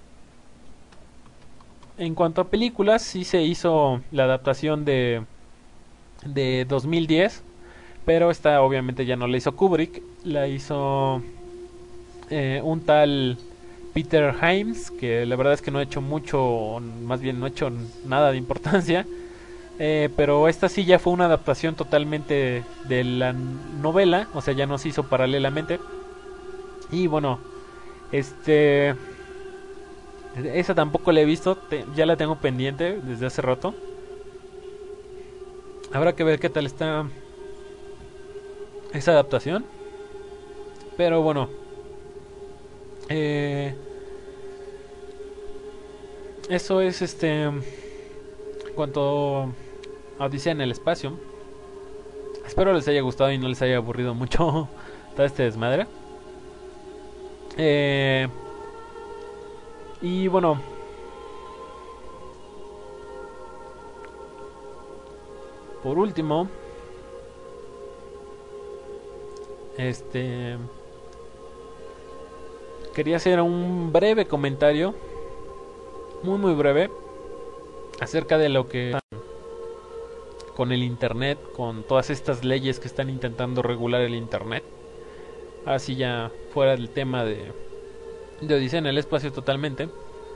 en cuanto a películas, sí se hizo la adaptación de de dos mil diez, pero esta obviamente ya no la hizo Kubrick, la hizo eh, un tal Peter Hyams, que la verdad es que no ha hecho mucho, más bien no ha hecho nada de importancia, eh, pero esta sí ya fue una adaptación totalmente de la novela, o sea, ya no se hizo paralelamente. Y bueno, este esa tampoco la he visto, te, ya la tengo pendiente desde hace rato. Habrá que ver qué tal está esa adaptación. Pero bueno, eh, eso es este en cuanto a Odisea en el espacio. Espero les haya gustado y no les haya aburrido mucho todo este desmadre. Eh, y bueno, por último, este quería hacer un breve comentario, muy muy breve, acerca de lo que con el internet, con todas estas leyes que están intentando regular el internet. Así ya fuera del tema de, de Odisea en el espacio totalmente.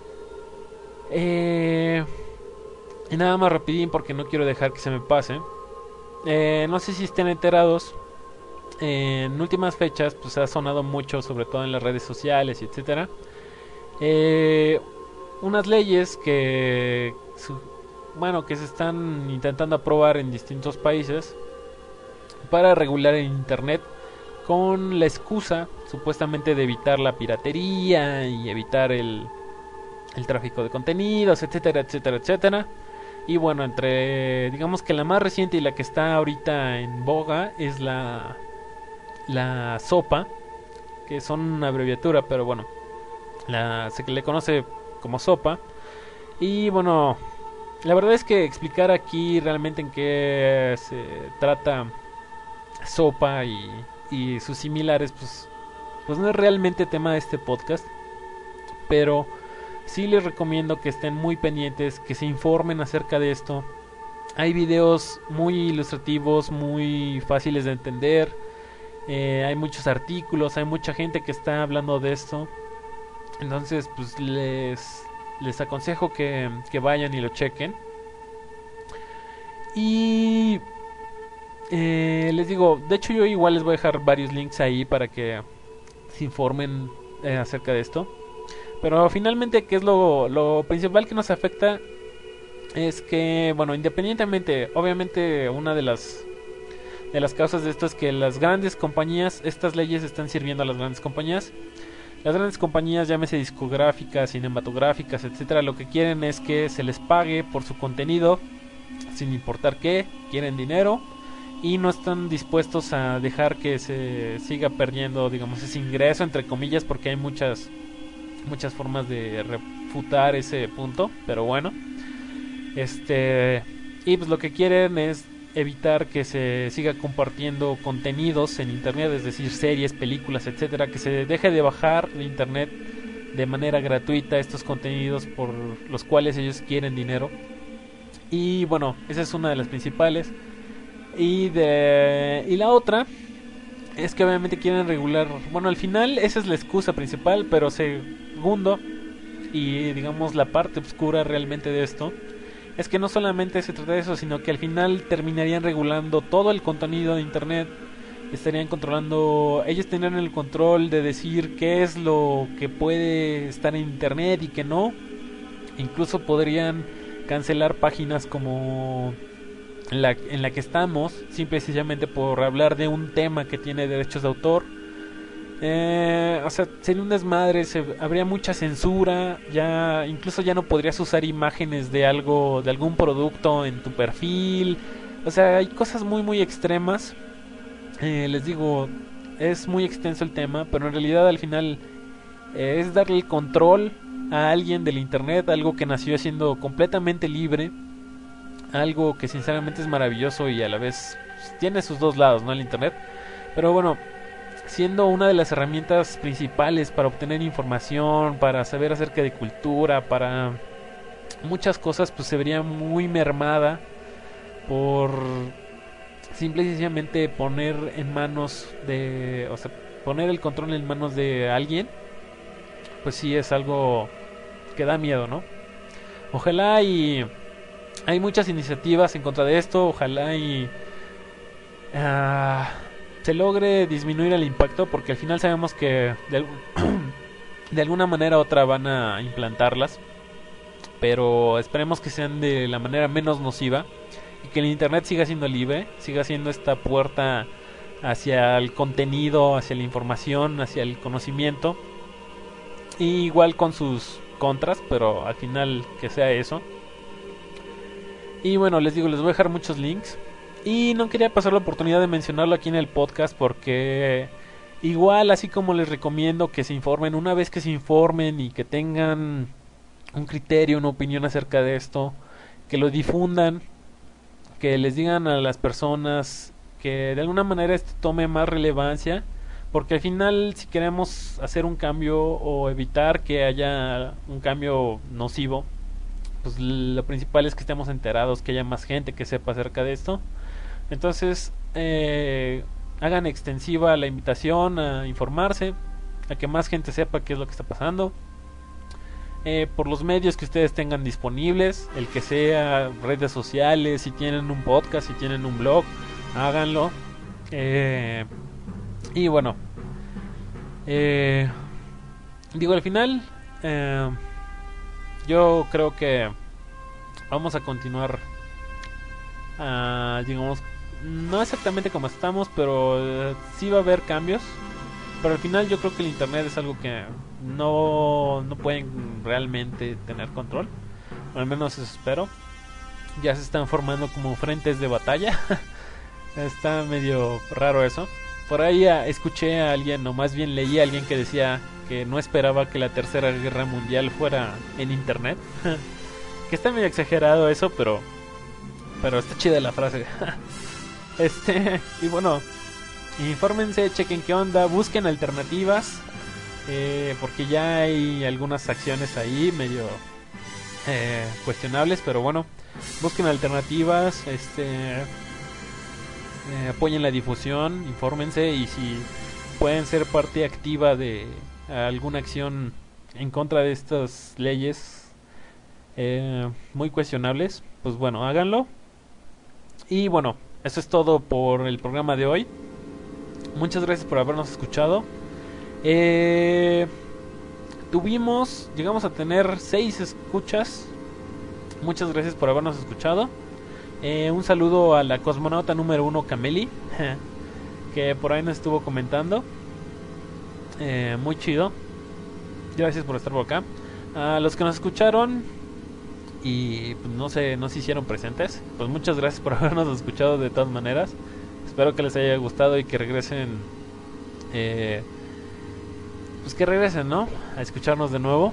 Eh, y nada más rapidín porque no quiero dejar que se me pase. Eh, no sé si estén enterados. Eh, en últimas fechas pues ha sonado mucho, sobre todo en las redes sociales y etcétera. Eh, unas leyes que su, bueno que se están intentando aprobar en distintos países para regular el internet con la excusa supuestamente de evitar la piratería y evitar el, el tráfico de contenidos, etcétera, etcétera, etcétera. Y bueno, entre, digamos que la más reciente y la que está ahorita en boga es la, la SOPA, que son una abreviatura, pero bueno, la, se le conoce como SOPA. Y bueno, la verdad es que explicar aquí realmente en qué se trata SOPA y, y sus similares, pues, pues no es realmente tema de este podcast, pero sí les recomiendo que estén muy pendientes, que se informen acerca de esto. Hay videos muy ilustrativos, muy fáciles de entender. Eh, hay muchos artículos, hay mucha gente que está hablando de esto. Entonces, pues les, les aconsejo que, que vayan y lo chequen. Y eh, les digo, de hecho yo igual les voy a dejar varios links ahí para que se informen eh, acerca de esto. Pero finalmente, ¿qué es lo, lo principal que nos afecta? Es que, bueno, independientemente, obviamente una de las de las causas de esto es que las grandes compañías, estas leyes están sirviendo a las grandes compañías. Las grandes compañías, llámese discográficas, cinematográficas, etcétera, lo que quieren es que se les pague por su contenido, sin importar qué, quieren dinero y no están dispuestos a dejar que se siga perdiendo, digamos, ese ingreso, entre comillas, porque hay muchas muchas formas de refutar ese punto, pero bueno, este y pues lo que quieren es evitar que se siga compartiendo contenidos en internet, es decir, series, películas, etcétera, que se deje de bajar de internet de manera gratuita estos contenidos por los cuales ellos quieren dinero. Y bueno, esa es una de las principales. Y de y la otra es que obviamente quieren regular, bueno, al final esa es la excusa principal, pero segundo, y digamos la parte oscura realmente de esto, es que no solamente se trata de eso, sino que al final terminarían regulando todo el contenido de internet, estarían controlando, ellos tendrían el control de decir qué es lo que puede estar en internet y qué no, incluso podrían cancelar páginas como En la, en la que estamos, simple y sencillamente por hablar de un tema que tiene derechos de autor. Eh, o sea, sería un desmadre, se, habría mucha censura, ya incluso ya no podrías usar imágenes de algo, de algún producto en tu perfil. O sea, hay cosas muy muy extremas. Eh, les digo, es muy extenso el tema, pero en realidad al final eh, es darle el control a alguien del internet, algo que nació siendo completamente libre. Algo que sinceramente es maravilloso y a la vez pues, tiene sus dos lados, ¿no? El internet. Pero bueno, siendo una de las herramientas principales para obtener información, para saber acerca de cultura, para muchas cosas, pues se vería muy mermada por simple y sencillamente poner en manos de, o sea, poner el control en manos de alguien. Pues sí es algo que da miedo, ¿no? Ojalá y hay muchas iniciativas en contra de esto, ojalá y uh, se logre disminuir el impacto, porque al final sabemos que de, de alguna manera u otra van a implantarlas, pero esperemos que sean de la manera menos nociva y que el internet siga siendo libre, siga siendo esta puerta hacia el contenido, hacia la información, hacia el conocimiento, y igual con sus contras, pero al final que sea eso. Y bueno, les digo, les voy a dejar muchos links. Y no quería pasar la oportunidad de mencionarlo aquí en el podcast, porque igual, así como les recomiendo que se informen, una vez que se informen y que tengan un criterio, una opinión acerca de esto, que lo difundan, que les digan a las personas, que de alguna manera esto tome más relevancia, porque al final, si queremos hacer un cambio o evitar que haya un cambio nocivo, pues lo principal es que estemos enterados, que haya más gente que sepa acerca de esto. Entonces eh, hagan extensiva la invitación a informarse, a que más gente sepa qué es lo que está pasando, eh, por los medios que ustedes tengan disponibles, el que sea, redes sociales, si tienen un podcast, si tienen un blog, háganlo. eh, y bueno, eh, digo, al final eh, yo creo que vamos a continuar, uh, digamos, no exactamente como estamos, pero eh, sí va a haber cambios. Pero al final yo creo que el internet es algo que no, no pueden realmente tener control. Al menos eso espero. Ya se están formando como frentes de batalla. Está medio raro eso. Por ahí a, escuché a alguien, o más bien leí a alguien que decía que no esperaba que la tercera guerra mundial fuera en internet. Que está medio exagerado eso, pero pero está chida la frase. Este, y bueno, infórmense, chequen qué onda, busquen alternativas, eh, porque ya hay algunas acciones ahí medio eh, cuestionables, pero bueno, busquen alternativas, este, eh, apoyen la difusión, infórmense, y si pueden ser parte activa de alguna acción en contra de estas leyes eh, muy cuestionables, pues bueno, háganlo. Y bueno, eso es todo por el programa de hoy. Muchas gracias por habernos escuchado. Eh, tuvimos, llegamos a tener seis escuchas. Muchas gracias por habernos escuchado. Eh, un saludo a la cosmonauta número uno, Cameli, que por ahí nos estuvo comentando. Eh, muy chido. Gracias por estar por acá. A los que nos escucharon y pues, no se, no se hicieron presentes, pues muchas gracias por habernos escuchado de todas maneras. Espero que les haya gustado y que regresen, eh, pues que regresen, ¿no? A escucharnos de nuevo.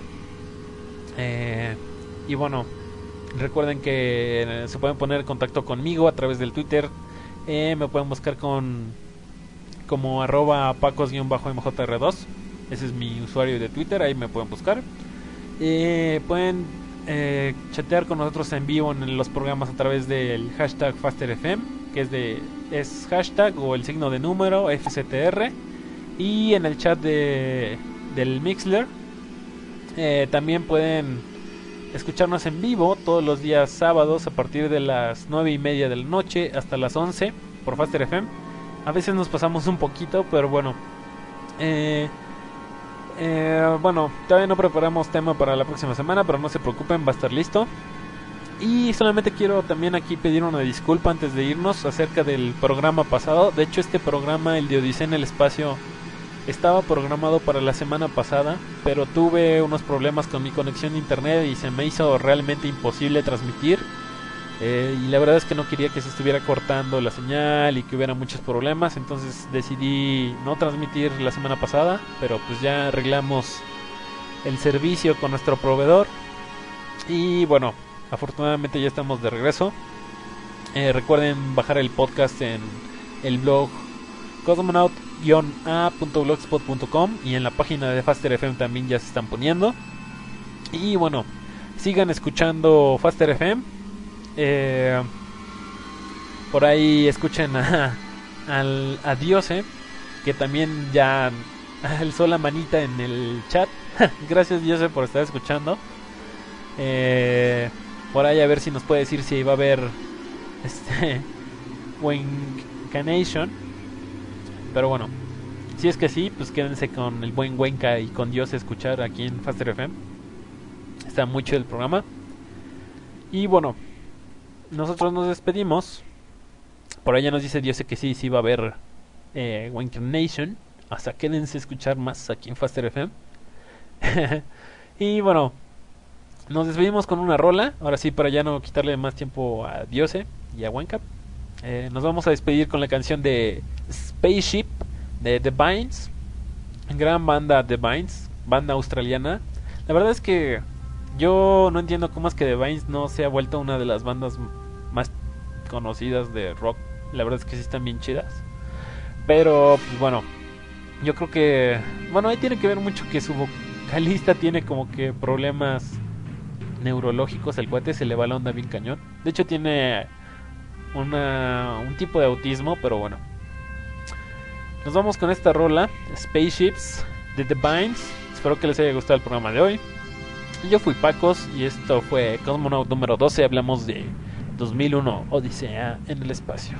Eh, y bueno, recuerden que se pueden poner en contacto conmigo a través del Twitter. Eh, me pueden buscar con como arroba pacos-M J R dos. Ese es mi usuario de Twitter, ahí me pueden buscar. Eh, pueden eh, chatear con nosotros en vivo en los programas a través del hashtag FasterFM, que es de es hashtag o el signo de número F C T R, y en el chat de del Mixler. Eh, también pueden escucharnos en vivo todos los días sábados a partir de las nueve y media de la noche hasta las once por FasterFM. A veces nos pasamos un poquito, pero bueno. Eh, eh, bueno, todavía no preparamos tema para la próxima semana, pero no se preocupen, va a estar listo. Y solamente quiero también aquí pedir una disculpa antes de irnos acerca del programa pasado. De hecho, este programa, el de Odisea en el Espacio, estaba programado para la semana pasada, pero tuve unos problemas con mi conexión de internet y se me hizo realmente imposible transmitir. Eh, y la verdad es que no quería que se estuviera cortando la señal y que hubiera muchos problemas, entonces decidí no transmitir la semana pasada, pero pues ya arreglamos el servicio con nuestro proveedor. Y bueno, afortunadamente ya estamos de regreso. Eh, recuerden bajar el podcast en el blog cosmonaut guion a punto blogspot punto com y en la página de FasterFM también ya se están poniendo. Y bueno, sigan escuchando FasterFM. Eh, por ahí escuchen a, al, a Diose, que también ya alzó la manita en el chat. Gracias, Diose, por estar escuchando. Eh, por ahí a ver si nos puede decir si va a haber este Wencanation. Pero bueno, si es que sí, pues quédense con el buen Wenka y con Dios a escuchar aquí en FasterFM. Está muy chido el programa. Y bueno, nosotros nos despedimos. Por allá nos dice Dios que sí, sí va a haber eh, Wencanation. Hasta quédense a escuchar más aquí en FasterFM. Y bueno, nos despedimos con una rola. Ahora sí, para ya no quitarle más tiempo a Diose y a Wenka. Eh, nos vamos a despedir con la canción de Spaceship de The Vines, gran banda The Vines, banda australiana. La verdad es que yo no entiendo cómo es que The Vines no se ha vuelto una de las bandas más conocidas de rock. La verdad es que sí están bien chidas. Pero pues bueno, yo creo que bueno, ahí tiene que ver mucho que su vocalista tiene como que problemas neurológicos. El cuate se le va la onda bien cañón. De hecho tiene Una, un tipo de autismo, pero bueno. Nos vamos con esta rola, Spaceships de The Vines. Espero que les haya gustado el programa de hoy. Yo fui Pacos y esto fue Cosmonaut número doce. Hablamos de dos mil uno, Odisea en el Espacio.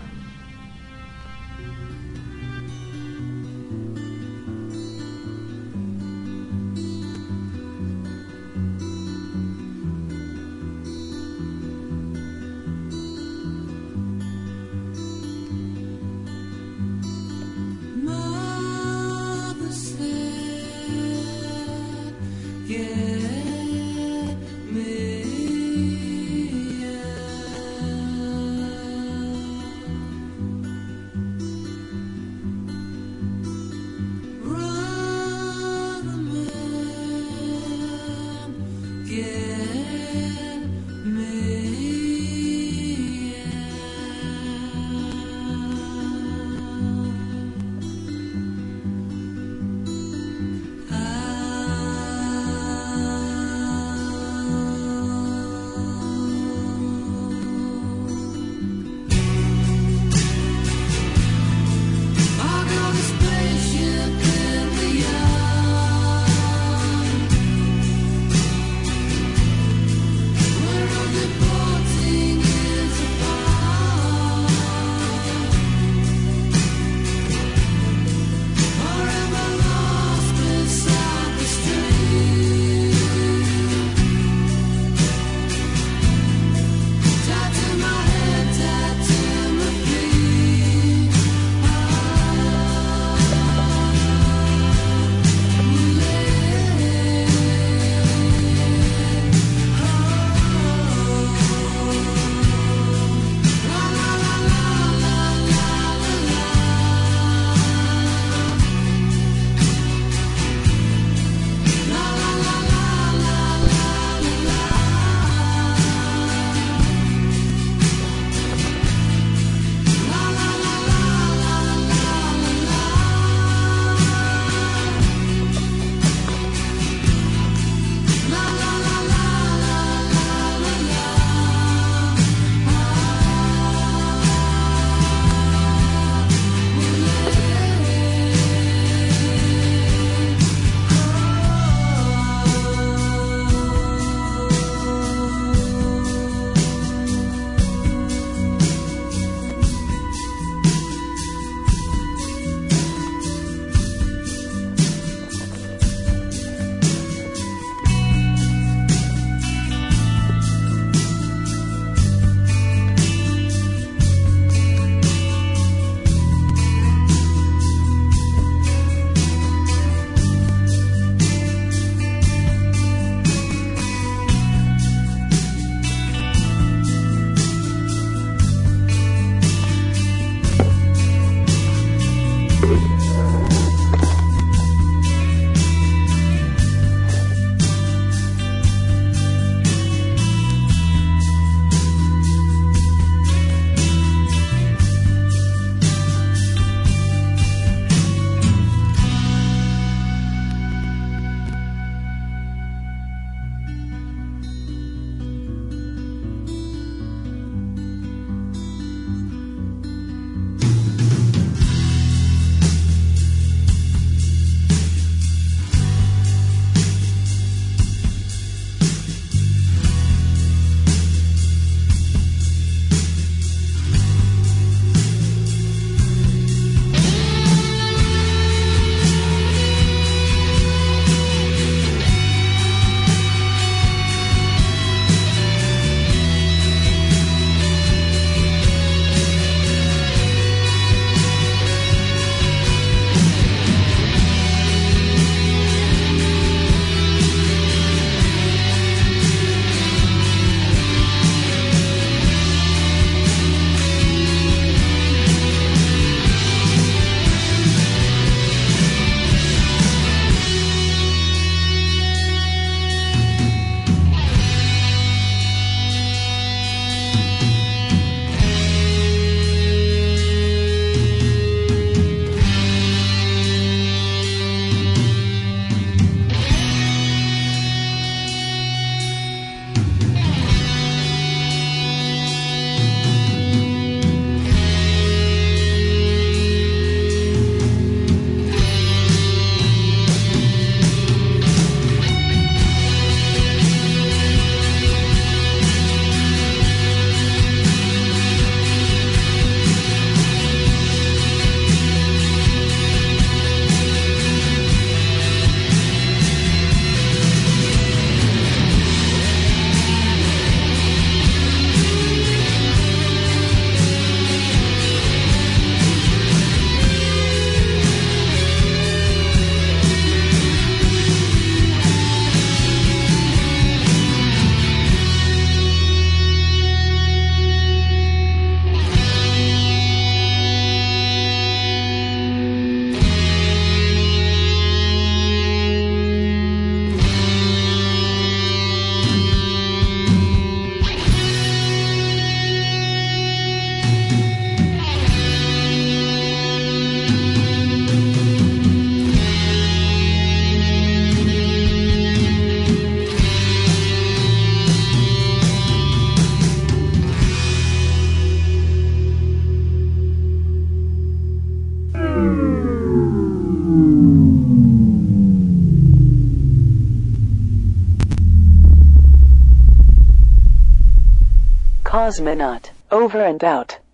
Cosmonaut, over and out.